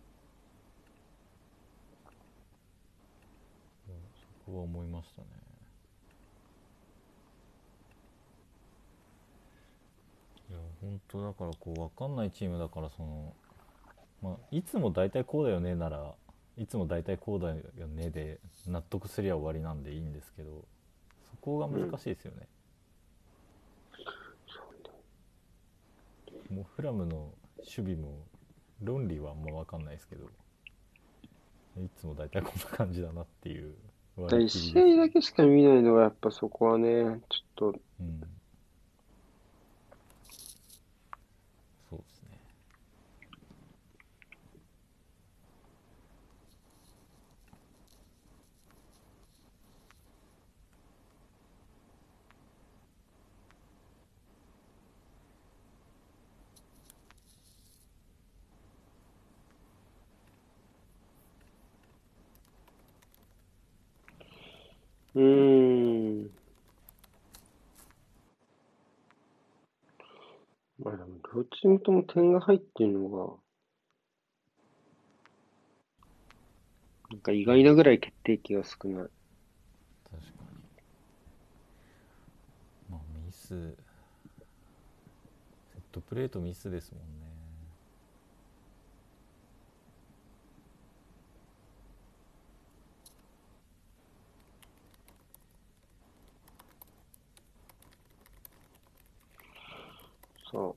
そこは思いましたね。 本当だからこう分かんないチームだからその、まあ、いつも大体こうだよねならいつも大体こうだよねで納得すりゃ終わりなんでいいんですけど、そこが難しいですよね。もうフラムの守備も論理はあんま分かんないですけど、いつも大体こんな感じだなっていう割り切り試ですよね。 合だけしか見ないのがやっぱそこはね、ちょっと、 うん、そうですね。 うーん。まあでも、両チームとも点が入ってるのが、なんか意外なぐらい決定機が少ない。 確かに。まあミス、セットプレートミスですもんね。 そ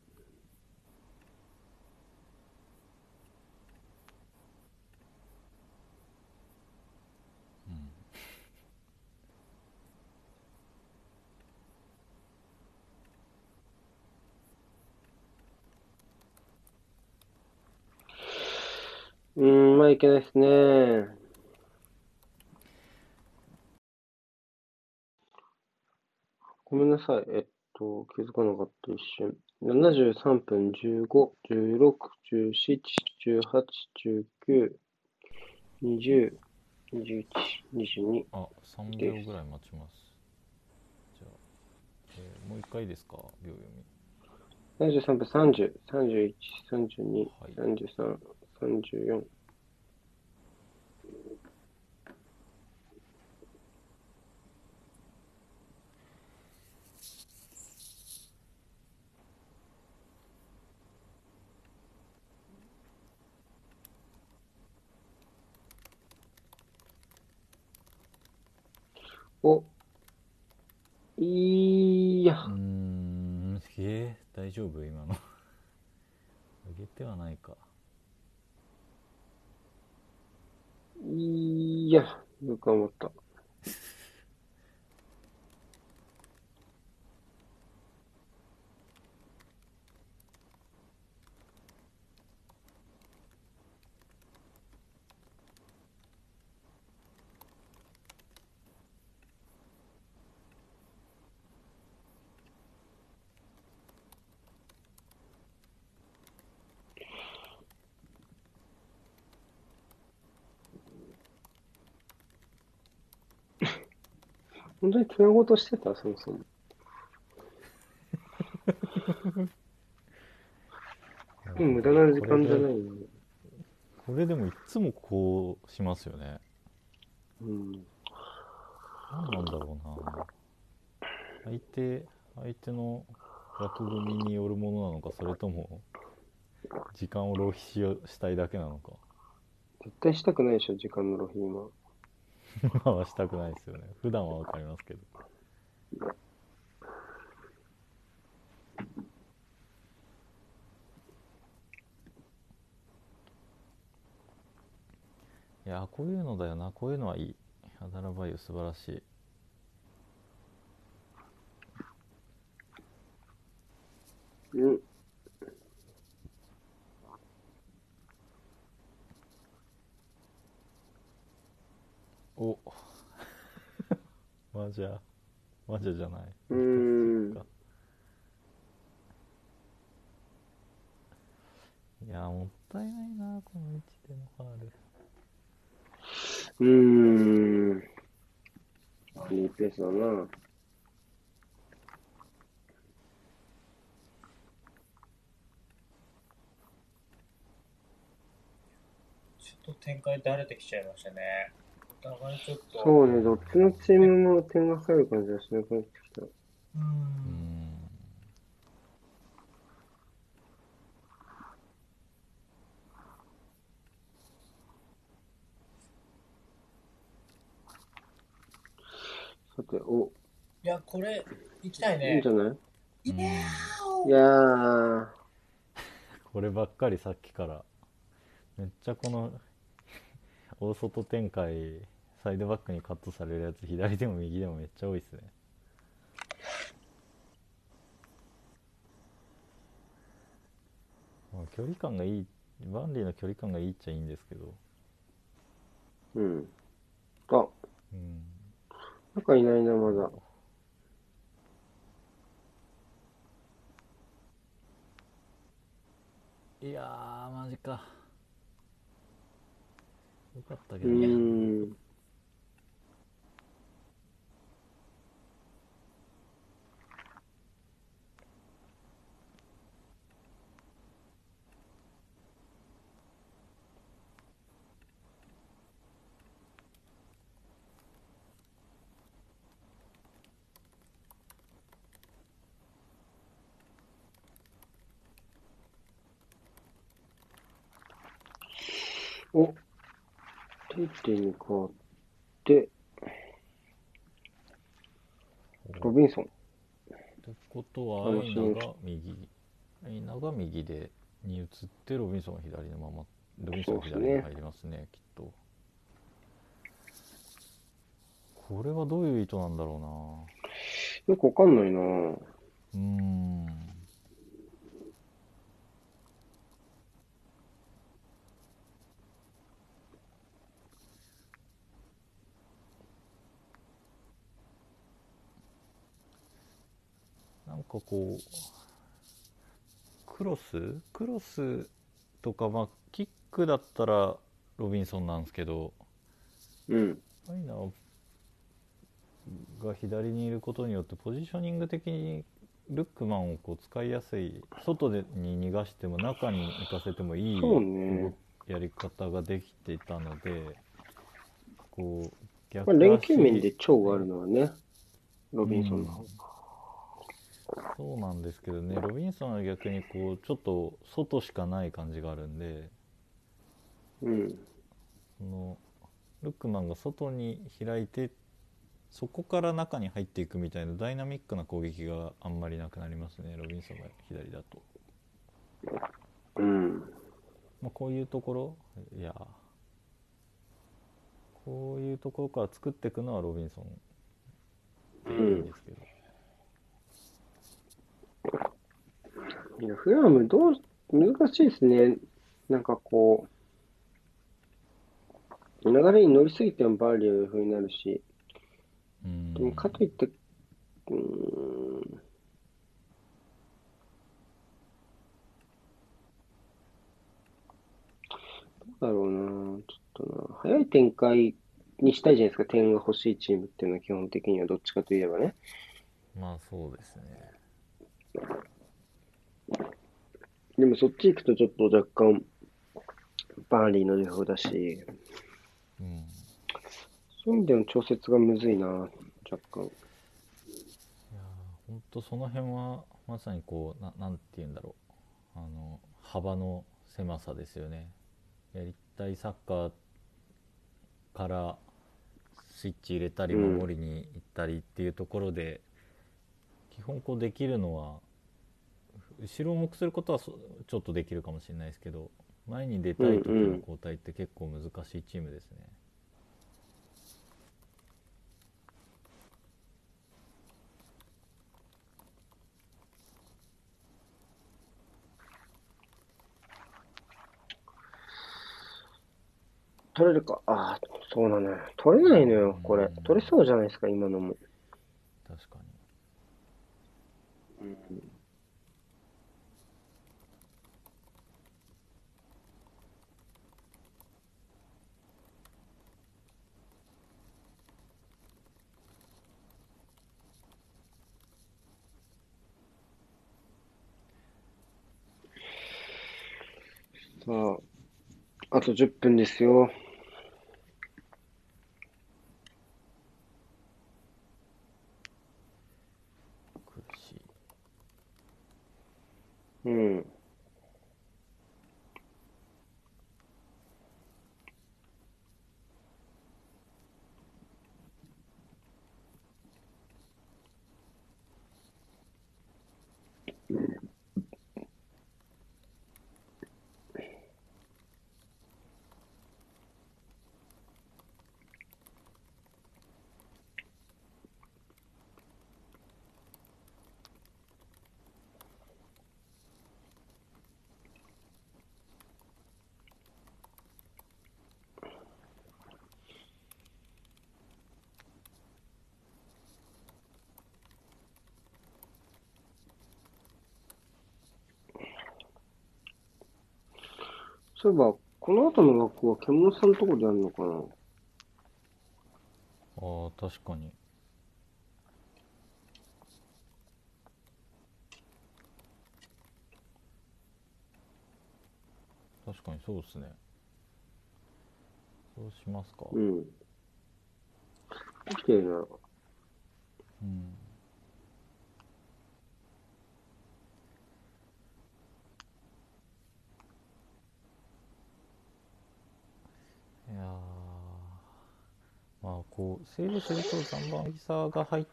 う。うーん、まあいけないですね。ごめんなさい。えっと、気づかなかった一瞬。ななじゅうさんぷん、じゅうご、じゅうろく、じゅうなな、じゅうはち、じゅうきゅう、にじゅう、にじゅういち、にじゅうにあ、3 です。 秒ぐらい待ちます。じゃあ、えーもう一回いいですか、秒読み。 ななじゅうさんぷん、さんじゅう、さんじゅういち、さんじゅうに、 はい。 さんじゅうさん、さんじゅうよん。お、いや、 うーん、えー、大丈夫今の。上げてはないか。 いや、よく頑張った。本当につなごうとしてた、そもそも。 いや、だ無駄からな時間じゃこれで、 ないの。 これでもいっつもこうしますよね。 うん。 何なんだろうな。相手、相手の枠組みによるものなのか、それとも時間を浪費しようしたいだけなのか。 絶対したくないでしょ、時間の浪費今。 今はしたくないですよね。普段はわかりますけど。いや、こういうのだよな。こういうのはいい。アダラバイオ素晴らしい。 うん。 お、マジャ、マジャじゃない。 うーリタスティッん。 クか。いや、もったいないな、この位置でのファール。 うーん。いいペースだな。 ちょっと展開だれてきちゃいましたね。お互いちょっと、 そうね、どっちのチームも点が入る感じがしなくなってきた。 うーうーん、 ん。 て、お、 いや、これ、行きたいいいんねじ。ゃないうんいやー、 こればっかりさっきからめっちゃこの大外展開サイドバックにカットされるやつ左でも右でもめっちゃ多いっすね。まあ、距離感がいい、バンリーの距離感がいいっちゃいいんですけど、 うん。あ、 うん、 なんかいないな、まだ。 いやーマジか、よかったけうーどな。 ん。お、テイテイに変わって、ロビンソン。 ってことはアイナあのそのが右、アイナが右でに移ってロビンソンが左のまま、ロビンソンが左にそうですね。 入りますねきっと。これはどういう意図なんだろよくわかんないな。 うな。うーん、なんかこうクロスクロスとか、まあキックだったらロビンソンなんですけど、 うん。 アイナが左にいることによってポジショニング的にルックマンをこう使いやすい、外でに逃がしても中に行かせてもいそうい動ね。 きやり方ができていたので、こうまあ、 逆連携面足で超があるで、 のはね、ロうビンソンの方。 ん、そうなんですけどね、ロビンソンは逆にこうちょっと外しかない感じがあるんで、 うん。 そのルックマンが外に開いてそこから中に入っていくみたいなダイナミックな攻撃があんまりなくなりますね、ロビンソンが左だと。 うん。 まあ、こういうところ、いやこういうところから作っていくのはロビンソンでいいんうん。 ですけど。 いや、フラムどう、難しいですね。なんかこう、流れに乗りすぎてもバーリー風になるし、 うーでもん、 かといって、うーん、どうだろうな。ちょっとな。早い展開にしたいじゃないですか。点が欲しいチームっていうのは基本的にはどっちかといえばね。 まあそうですね。 でもそっち行くとちょっと若干バーリーのデフォだし、 うん、いそういう意味での調節がむずいな、若干。 やーほんとその辺はまさにこうな、なんて言うんだろう、あの幅の狭さですよね。やりたいサッカーからスイッチ入れたりうん。 守りに行ったりっていうところで基本こうできるのは、後ろを重くすることはそちょっとできるかもしれないですけど、前に出うんたい時のうん。 交代って結構難しいチームですね。 取れるか。ああ、そうなのよ。取れないのよ、これ。取れそうじゃないですか、今のも。 確かに。 うん。さあ、あとじゅっぷんですよ。 苦しい。 うん。 そういえば、この後の学校は獣さんのとこでやるのかな？ ああ、確かに。確かにそうですね。そうしますか。 うん。来てるな。 うん。いやー、まあこう、整理すると残番サが入って、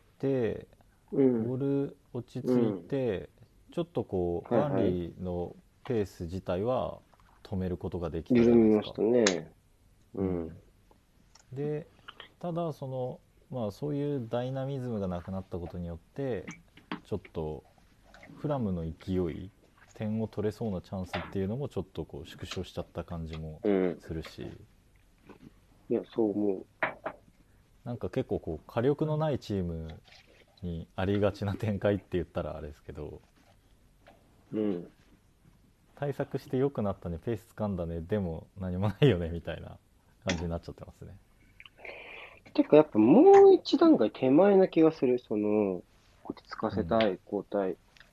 うん。 ボール落ち着いうん。 て、ちょっとこう、バンはいはい。 リーのペース自体は止めることができたじ緩みましゃないですか。 たね。ううん。 ん。 で、ただその、まあそういうダイナミズムがなくなったことによって、ちょっとフラムの勢い、点を取れそうなチャンスっていうのもちょっとこう縮小しちゃった感じもうん。 するし、 いや、そう思なんか結構こう火力のないチームにありがちな展開って言ったらあれですけど、 う。うん。 対策して良くなったね、ペース掴んだね、でも何もないよねみたいな感じになっちゃってますね。 てか、やっぱもう一段階手前な気がする。その、落ち着かうん。 せたい交代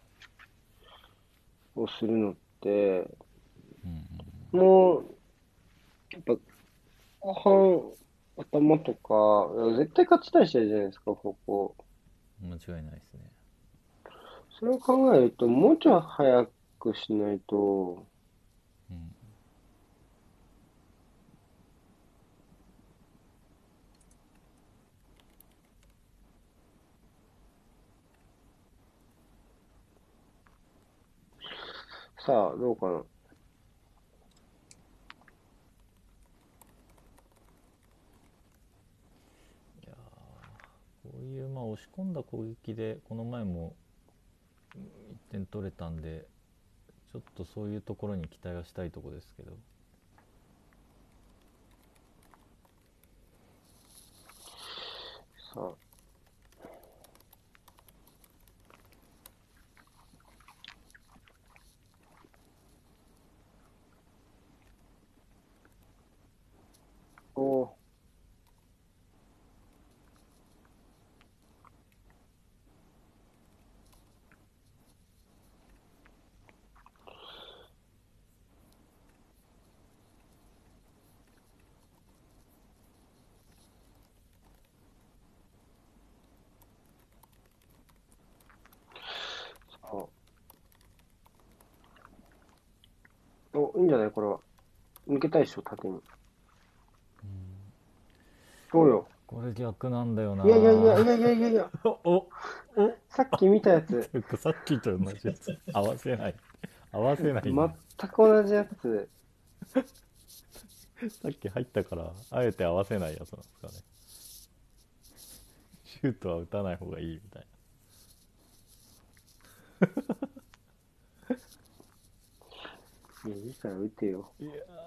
をするのって、 うん。 もう、やっぱ後半、頭とか、いや絶対勝ちたい試合じゃないですか、ここ。 うん、間違いないですね。 それを考えると、もうちょい早くしないと、 うん。 さあ、どうかな。 いやー、こういうまあ押し込んだ攻撃でこの前もいってん取れたんで、ちょっとそういうところに期待はしたいところですけど。 さあ、おー、さあ、お、いいんじゃないこれは。抜けたいっしょ、縦に。そうよ。 これ逆なんだよいやいやいやいな。 やいやいやいや、 おおお、 さっき見たやつ、 なんかさっきと同じやつ合わせない、合わせない全ね。 く同じやつ。 さっき入ったからあえて合わせないやつなんですかね。シュートは打たない方がいいみたいいや、いいから打てよ。 な。いや、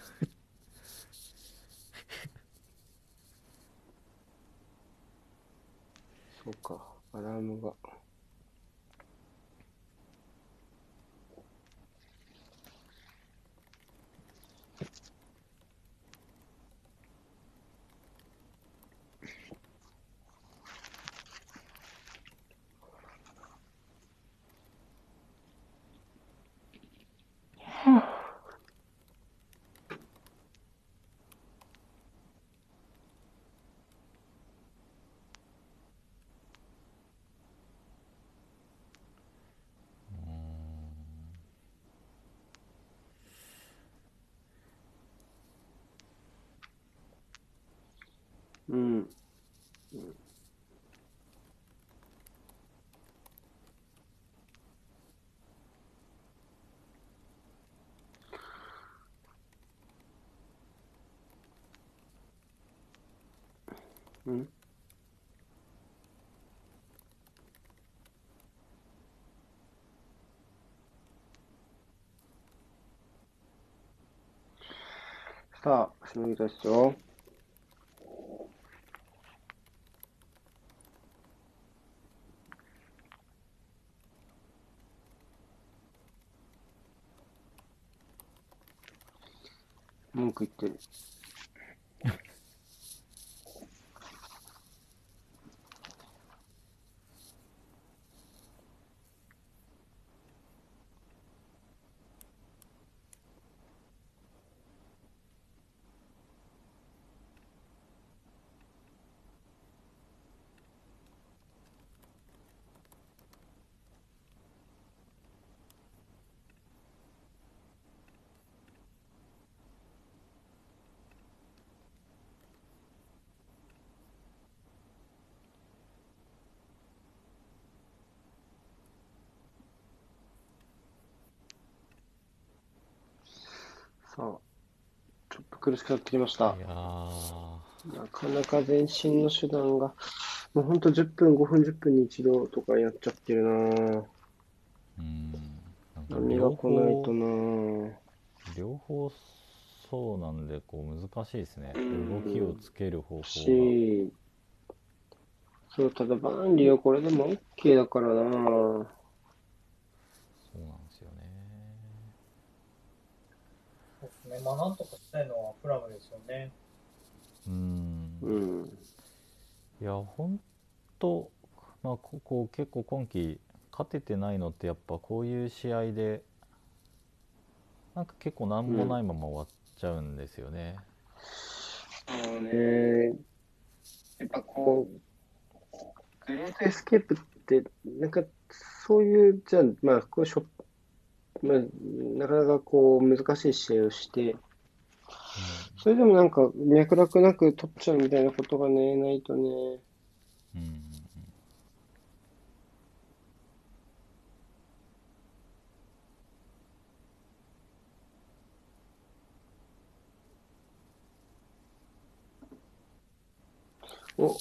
そうか、アラームが。うん。 んさあ、しのぎですよ。文句言ってる。さあ、ちょっと苦しくなってきました。 いやー、 なかなか前進の手段が、もうほんとじゅっぷん、ごふん、じゅっぷんに一度とかやっちゃってるなぁ。 うん、なんか波が両来ないと方なぁ。 両方そうなんで、こう難しいですね、 う動きをん。 つける方法が。 し、そう、ただバンリーはこれでも OK だからなぁ。 そうなんですよね。 そうですね。まあ、なんとかしたいのはプラムですよね。 うんうん。 いや本当、まあ、ここ結構今季勝ててないのって、やっぱこういう試合でなんか結構何もなうん。 いまま終わっちゃうんですよね。 そうね。やっぱこう、グレートエスケープって、なんか、そういう、じゃあ、まあ、こうしょ、まあ、なかなかこう、難しい試合をして、 うんそれでもなんか、脈絡なく取っちゃうみたいなことがね、ないとね、 うんお、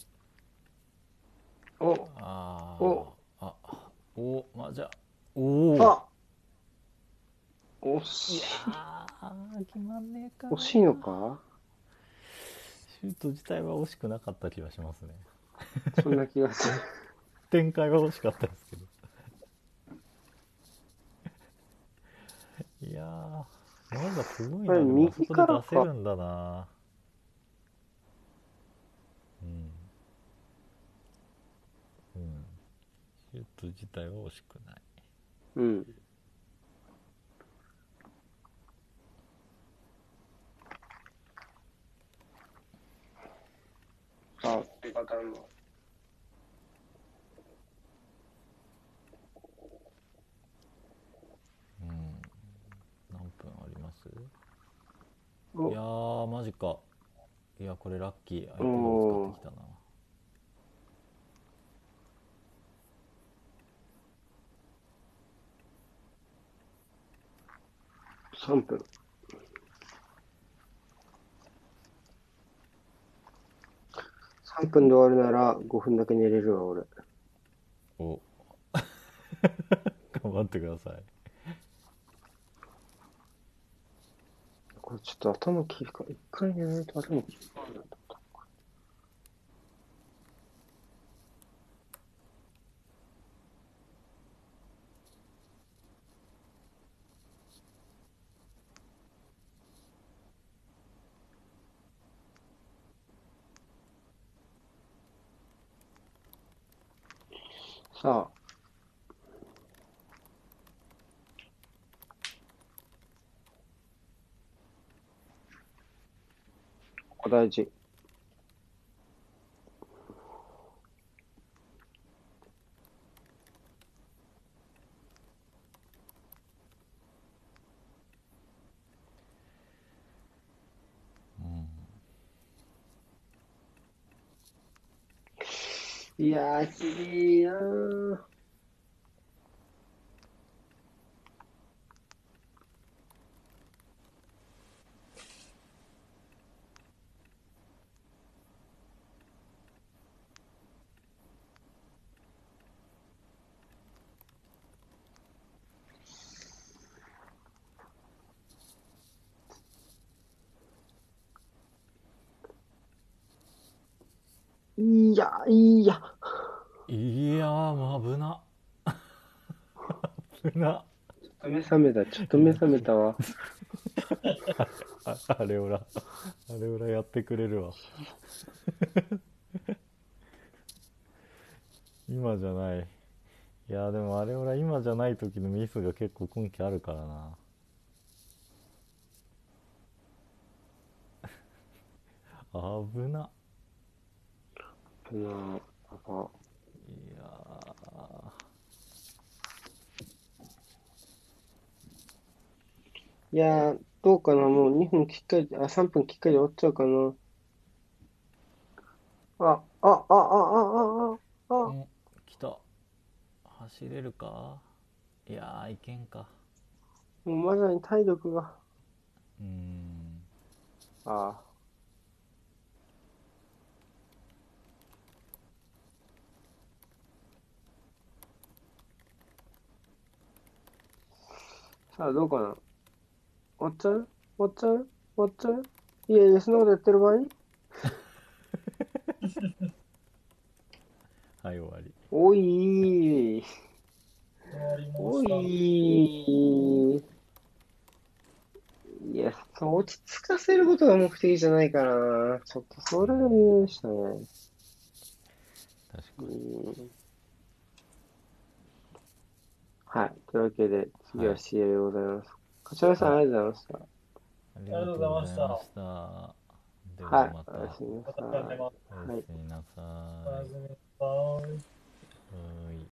お、お、 あーあおまあじゃあおおあ、惜いやしい、 ー決まんねえか惜しいのかシュート自体は惜しくなかった気がしますね。 そんな気がする。 展開は惜しかったですけど、いやーなんかすごいこれ、 な、でもあそ右こで出からか。 せるんだな。うんうんシュート自体は惜しくない。 うん。さあ、出方の。 うん何分あります？いお、 やーマジか。いやこれラッキー、相手がぶつかっておきたな。 ー、さんぷん。さんぷんで終わるならごふんだけ寝れるわ、俺。 お頑張ってください。 これちょっと頭切り替え、一回寝ないと頭切り替わるんだ。さあ、ここ大事。いやー、きりいなー。 いや、いや。 いやー、もう危な。危な。 ちょっと目覚めた、ちょっと目覚めたわ。 あ、あれおら、あれおらやってくれるわ。今じゃない。いやーでもあれおら今じゃない時のミスが結構今期あるからな。危な。 あの、あいやいやー、どうかな、もうにふんきっかり、あ、さんぷんきっかりで終わっちゃうかな。あ、あ、あ、あ、あ、あ、あ、 ー、 あ、 ん、来た。走れるか。いやーいけんか。 もうまさに体力が。 うーん。 ああ。さあ、どうかな。終わっちゃう終わっちゃう終わっちゃういやいや、そんなことやってる場合はい終わり。 おいー。 終わりまおした。 いー。いや、そう落ち着かせることが目的じゃないかな。ちょっとそれが微妙でしたね。 確うかに。 ん。はい。というわけで、次ははいシーエル でございます。こちらさん、 はい、 ありがとうございました。 ありありがとうがとうごございました。 ざいました。でははい。 また。 おやすみなさい。 また考えます。 おやはい。 すみなさおやすい。 みなさい。 はーい。